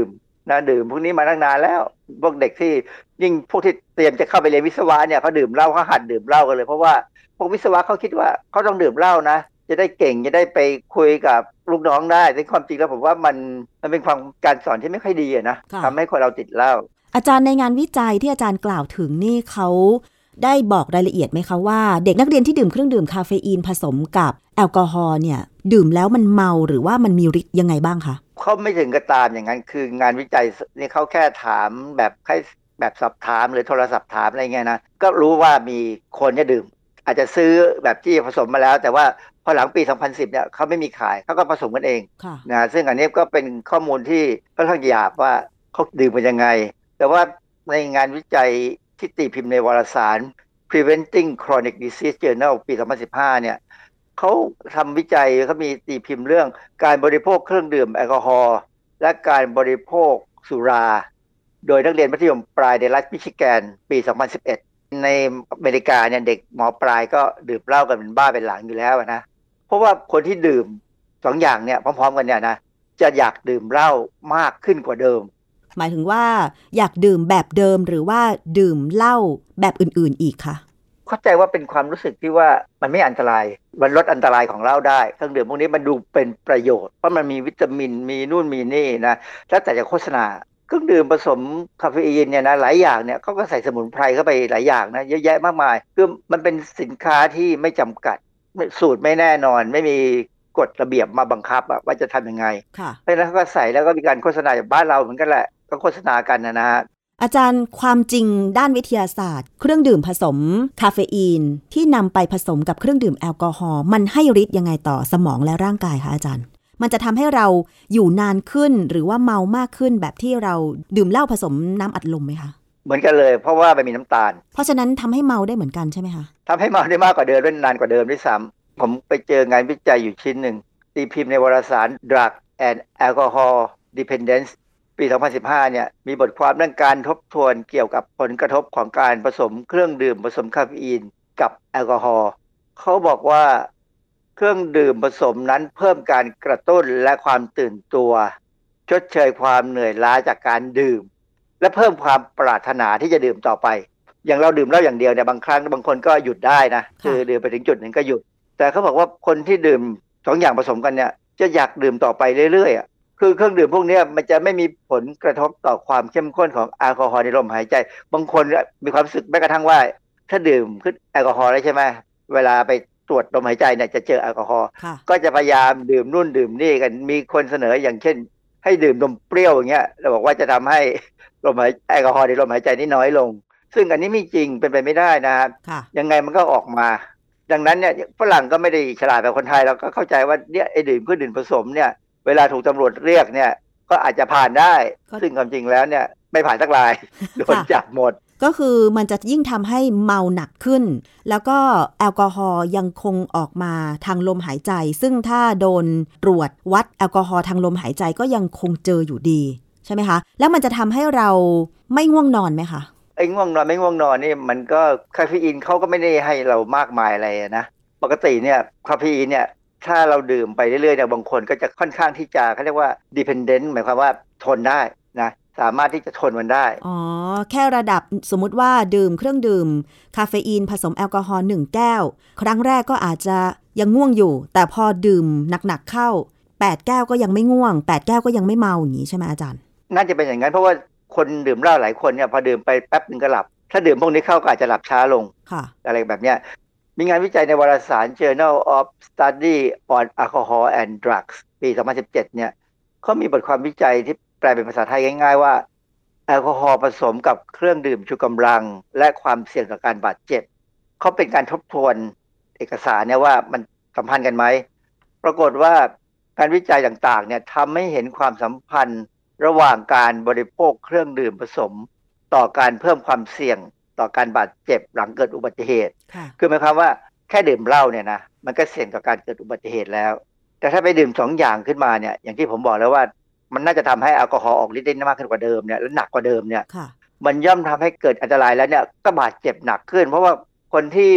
นะดื่มพวกนี้มาตั้งนานแล้วพวกเด็กที่ยิ่งพวกที่เตรียมจะเข้าไปเรียนวิศวะเนี่ยเขาดื่มเหล้าเขาหัดดื่มเหล้ากันเลยเพราะว่าพวกวิศวะเขาคิดว่าเขาต้องดื่มเหล้านะจะได้เก่งจะได้ไปคุยกับลูกน้องได้แต่ความจริงแล้วผมว่ามันมันเป็นความการสอนที่ไม่ค่อยดีนะทำให้คนเราติดเหล้าอาจารย์ในงานวิจัยที่อาจารย์กล่าวถึงนี่เขาได้บอกรายละเอียดไหมคะว่าเด็กนักเรียนที่ดื่มเครื่องดื่มคาเฟอีนผสมกับแอลกอฮอล์เนี่ยดื่มแล้วมันเมาหรือว่ามันมีฤทธิ์ยังไงบ้างคะเขาไม่ถึงกระตามอย่างนั้นคืองานวิจัยนี่เขาแค่ถามแบบแค่แบบสอบถามหรือโทรศัพท์ถามอะไรเงี้ยนะก็รู้ว่ามีคนเนี่ยดื่มอาจจะซื้อแบบที่ผสมมาแล้วแต่ว่าพอหลังปีสองพันสิบเนี่ยเขาไม่มีขายเขาก็ผสมกันเองนะซึ่งอันนี้ก็เป็นข้อมูลที่ค่อนข้างหยาบว่าเขาดื่มกันยังไงแต่ว่าในงานวิจัยที่ตีพิมพ์ในวารสาร Preventing Chronic Disease Journal ปีสองพันสิบห้าเนี่ยเขาทำวิจัยเขามีตีพิมพ์เรื่องการบริโภคเครื่องดื่มแอลกอฮอล์และการบริโภคสุราโดยนักเรียนมัธยมปลายในรัฐมิชิแกนปีสองพันสิบเอ็ดในอเมริกาเนี่ยเด็กม.ปลายก็ดื่มเหล้ากันเป็นบ้าเป็นหลังอยู่แล้วนะเพราะว่าคนที่ดื่มสองอย่างเนี่ยพร้อมๆกันเนี่ยนะจะอยากดื่มเหล้ามากขึ้นกว่าเดิมหมายถึงว่าอยากดื่มแบบเดิมหรือว่าดื่มเหล้าแบบอื่นๆอีกคะเข้าใจว่าเป็นความรู้สึกที่ว่ามันไม่อันตรายมันลดอันตรายของเหล้าได้เครื่องดื่มพวกนี้มันดูเป็นประโยชน์เพราะมันมีวิตามินมีนู่นมีนี่นะแล้วแต่จะโฆษณาเครื่องดื่มผสมคาเฟอีนเนี่ยนะหลายอย่างเนี่ยเขาก็ใส่สมุนไพรเข้าไปหลายอย่างนะเยอะแยะมากมายคือมันเป็นสินค้าที่ไม่จำกัดสูตรไม่แน่นอนไม่มีกฎระเบียบมาบังคับว่าจะทำยังไงเพราะฉะนั้นเขาก็ใส่แล้วก็มีการโฆษณาจากบ้านเราเหมือนกันแหละก็โฆษณากันนะนะอาจารย์ความจริงด้านวิทยาศาสตร์เครื่องดื่มผสมคาเฟอีนที่นำไปผสมกับเครื่องดื่มแอลกอฮอล์มันให้ฤทธิ์ยังไงต่อสมองและร่างกายคะอาจารย์มันจะทำให้เราอยู่นานขึ้นหรือว่าเมามากขึ้นแบบที่เราดื่มเหล้าผสมน้ำอัดลมไหมคะเหมือนกันเลยเพราะว่ามันมีน้ำตาลเพราะฉะนั้นทำให้เมาได้เหมือนกันใช่ไหมคะทำให้เมาได้มากกว่าเดิมและนานกว่าเดิมด้วยซ้ำผมไปเจองานวิจัยอยู่ชิ้นหนึ่งตีพิมพ์ในวารสาร Drug and Alcohol Dependence ปีสองพันสิบห้าเนี่ยมีบทความเรื่องการทบทวนเกี่ยวกับผลกระทบของการผสมเครื่องดื่มผสมคาเฟอีนกับแอลกอฮอล์เขาบอกว่าเครื่องดื่มผสมนั้นเพิ่มการกระตุ้นและความตื่นตัวชดเชยความเหนื่อยล้าจากการดื่มและเพิ่มความปรารถนาที่จะดื่มต่อไปอย่างเราดื่มเหล้าอย่างเดียวเนี่ยบางครั้งบางคนก็หยุดได้นะคือดื่มไปถึงจุดหนึ่งก็หยุดแต่เขาบอกว่าคนที่ดื่มสองอย่างผสมกันเนี่ยจะอยากดื่มต่อไปเรื่อยๆคือเครื่องดื่มพวกนี้มันจะไม่มีผลกระทบต่อความเข้มข้นของแอลกอฮอล์ในลมหายใจบางคนมีความรู้สึกแม้กระทั่งว่าถ้าดื่มขึ้นแอลกอฮอล์แล้วใช่ไหมเวลาไปตรวจลมหายใจเนี่ยจะเจอแอลกอฮอล์ก็จะพยายามดื่มนู่นดื่มนี่กันมีคนเสนออย่างเช่นให้ดื่มนมเปรี้ยวอย่างเงี้ยเราบอกว่าจะทำให้ลมหายแอลกอฮอล์ในลมหายใจนี่น้อยลงซึ่งอันนี้ไม่จริงเป็นไปไม่ได้นะครับยังไงมันก็ออกมาดังนั้นเนี่ยฝรั่งก็ไม่ได้ฉลาดแบบคนไทยเราก็เข้าใจว่าเนี่ยไอ้ดื่มเครื่องดื่มผสมเนี่ยเวลาถูกตำรวจเรียกเนี่ยก็อาจจะผ่านได้ซึ่งความจริงแล้วเนี่ยไม่ผ่านสักรายโดนจับหมดก็คือมันจะยิ่งทำให้เมาหนักขึ้นแล้วก็แอลกอฮอล์ยังคงออกมาทางลมหายใจซึ่งถ้าโดนตรวจวัดแอลกอฮอล์ทางลมหายใจก็ยังคงเจออยู่ดีใช่ไหมคะแล้วมันจะทำให้เราไม่ง่วงนอนไหมคะไอ้ง่วงนอนไม่ง่วงนอนนี่มันก็คาเฟอีนเขาก็ไม่ได้ให้เรามากมายอะไรนะปกติเนี่ยคาเฟอีนเนี่ยถ้าเราดื่มไปเรื่อยๆเนี่ยบางคนก็จะค่อนข้างที่จะเขาเรียกว่า dependent หมายความว่าทนได้นะสามารถที่จะทนมันได้อ๋อแค่ระดับสมมุติว่าดื่มเครื่องดื่มคาเฟอีนผสมแอลกอฮอล์หนึ่งแก้วครั้งแรกก็อาจจะยังง่วงอยู่แต่พอดื่มหนักๆเข้าแปดแก้วก็ยังไม่ง่วงแปดแก้วก็ยังไม่เมาอย่างนี้ใช่ไหมอาจารย์น่าจะเป็นอย่างนั้นเพราะว่าคนดื่มเหล้าหลายคนเนี่ยพอดื่มไปแป๊บนึงก็หลับถ้าดื่มพวกนี้เข้าก็อาจจะหลับช้าลงอะไรแบบเนี้ยมีงานวิจัยในวารสาร Journal of Study on Alcohol and Drugs ปีสองพันสิบเจ็ดเนี่ยเขามีบทความวิจัยที่แปลเป็นภาษาไทยง่ายๆว่าแอลกอฮอล์ผสมกับเครื่องดื่มชูกำลังและความเสี่ยงต่อการบาดเจ็บเขาเป็นการทบทวนเอกสารเนี่ยว่ามันสัมพันธ์กันไหมปรากฏว่าการวิจัยต่างๆเนี่ยทำให้เห็นความสัมพันธ์ระหว่างการบริโภคเครื่องดื่มผสมต่อการเพิ่มความเสี่ยงต่อการบาดเจ็บหลังเกิดอุบัติเหตุคือหมายความว่าแค่ดื่มเหล้าเนี่ยนะมันก็เสี่ยงต่อการเกิดอุบัติเหตุแล้วแต่ถ้าไปดื่มสองอย่างขึ้นมาเนี่ยอย่างที่ผมบอกแล้วว่ามันน่าจะทำให้แอลกอฮอล์ออกฤทธิ์ได้มากขึ้นกว่าเดิมเนี่ยและหนักกว่าเดิมเนี่ยมันย่อมทำให้เกิดอันตรายแล้วเนี่ยก็บาดเจ็บหนักขึ้นเพราะว่าคนที่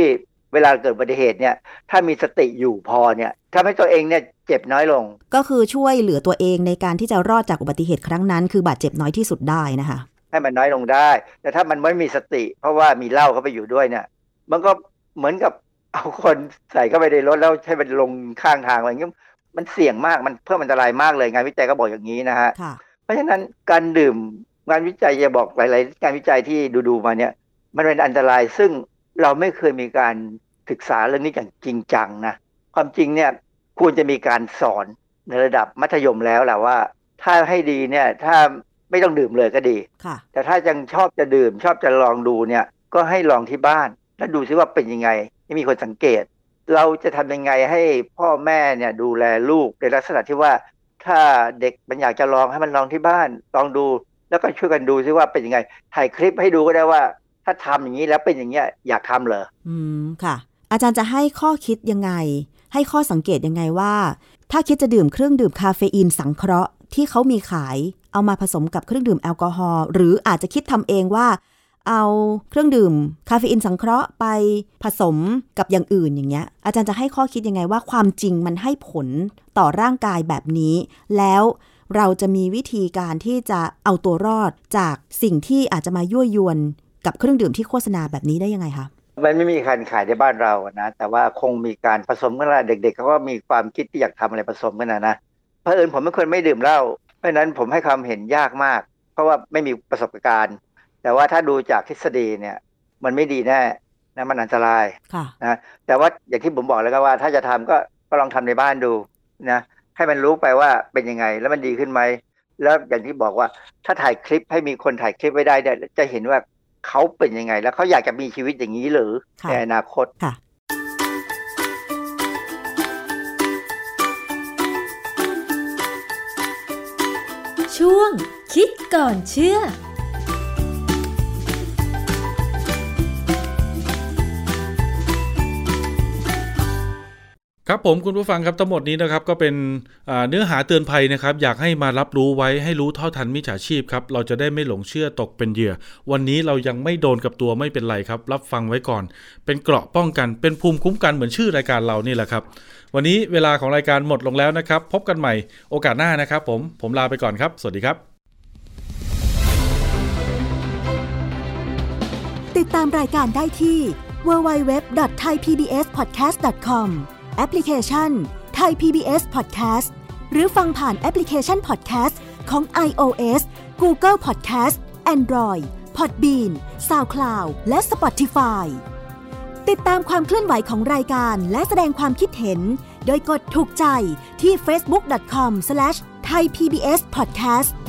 เวลาเกิดอุบัติเหตุเนี่ยถ้ามีสติอยู่พอเนี่ยทำให้ตัวเองเนี่ยเจ็บน้อยลงก็คือช่วยเหลือตัวเองในการที่จะรอดจากอุบัติเหตุครั้งนั้นคือบาดเจ็บน้อยที่สุดได้นะคะให้มันน้อยลงได้แต่ถ้ามันไม่มีสติเพราะว่ามีเหล้าเข้าไปอยู่ด้วยเนี่ยมันก็เหมือนกับเอาคนใส่เข้าไปในรถแล้วให้มันลงข้างทางอะไรอย่างเงี้ยมันเสี่ยงมากมันเพิ่มอันตรายมากเลยงานวิจัยก็บอกอย่างนี้นะฮะเพราะฉะนั้นการดื่มงานวิจัยจะบอกหลายๆงานวิจัยที่ดูๆมาเนี่ยมันเป็นอันตรายซึ่งเราไม่เคยมีการศึกษาเรื่องนี้อย่างจริงจังนะความจริงเนี่ยควรจะมีการสอนในระดับมัธยมแล้วแหละว่าถ้าให้ดีเนี่ยถ้าไม่ต้องดื่มเลยก็ดีแต่ถ้ายังชอบจะดื่มชอบจะลองดูเนี่ยก็ให้ลองที่บ้านแล้วดูซิว่าเป็นยังไงให้มีคนสังเกตเราจะทำยังไงให้พ่อแม่เนี่ยดูแลลูกในลักษณะที่ว่าถ้าเด็กมันอยากจะลองให้มันลองที่บ้านลองดูแล้วก็ช่วยกันดูซิว่าเป็นยังไงถ่ายคลิปให้ดูก็ได้ว่าถ้าทำอย่างนี้แล้วเป็นอย่างเงี้ยอยากทำเหรออืมค่ะอาจารย์จะให้ข้อคิดยังไงให้ข้อสังเกตยังไงว่าถ้าคิดจะดื่มเครื่องดื่มคาเฟอีนสังเคราะห์ที่เขามีขายเอามาผสมกับเครื่องดื่มแอลกอฮอล์หรืออาจจะคิดทำเองว่าเอาเครื่องดื่มคาเฟอีนสังเคราะห์ไปผสมกับอย่างอื่นอย่างเงี้ยอาจารย์จะให้ข้อคิดยังไงว่าความจริงมันให้ผลต่อร่างกายแบบนี้แล้วเราจะมีวิธีการที่จะเอาตัวรอดจากสิ่งที่อาจจะมายั่วยวนกับเครื่องดื่มที่โฆษณาแบบนี้ได้ยังไงคะมันไม่มีการขายในบ้านเรานะแต่ว่าคงมีการผสมกันแหละเด็กๆเขาก็มีความคิดที่อยากทำอะไรผสมกันนะนะเผอิญผมเป็นคนไม่ดื่มเหล้าเพราะนั้นผมให้ความเห็นยากมากเพราะว่าไม่มีประสบการณ์แต่ว่าถ้าดูจากทฤษฎีเนี่ยมันไม่ดีแน่นะมันอันตรายนะแต่ว่าอย่างที่ผมบอกแล้วก็ว่าถ้าจะทำก็ก็ลองทำในบ้านดูนะให้มันรู้ไปว่าเป็นยังไงแล้วมันดีขึ้นไหมแล้วอย่างที่บอกว่าถ้าถ่ายคลิปให้มีคนถ่ายคลิปไว้ได้เนี่ยจะเห็นว่าเขาเป็นยังไงแล้วเขาอยากจะมีชีวิตอย่างนี้หรือในอนาคตค่ะช่วงคิดก่อนเชื่อครับผมคุณผู้ฟังครับทั้งหมดนี้นะครับก็เป็นเนื้อหาเตือนภัยนะครับอยากให้มารับรู้ไว้ให้รู้เท่าทันมิจฉาชีพครับเราจะได้ไม่หลงเชื่อตกเป็นเหยื่อวันนี้เรายังไม่โดนกับตัวไม่เป็นไรครับรับฟังไว้ก่อนเป็นเกราะป้องกันเป็นภูมิคุ้มกันเหมือนชื่อรายการเรานี่แหละครับวันนี้เวลาของรายการหมดลงแล้วนะครับพบกันใหม่โอกาสหน้านะครับผมผมลาไปก่อนครับสวัสดีครับติดตามรายการได้ที่ ดับเบิลยู ดับเบิลยู ดับเบิลยู ดอท ไทย พี บี เอส พอดแคสต์ ดอท คอม แอปพลิเคชัน Thai พี บี เอส Podcast หรือฟังผ่านแอปพลิเคชัน Podcast ของ iOS Google Podcast Android Podbean SoundCloud และ Spotify ติดตามความเคลื่อนไหวของรายการและแสดงความคิดเห็นโดยกดถูกใจที่ เฟซบุ๊ก ดอท คอม สแลช ไทย พี บี เอส พอดแคสต์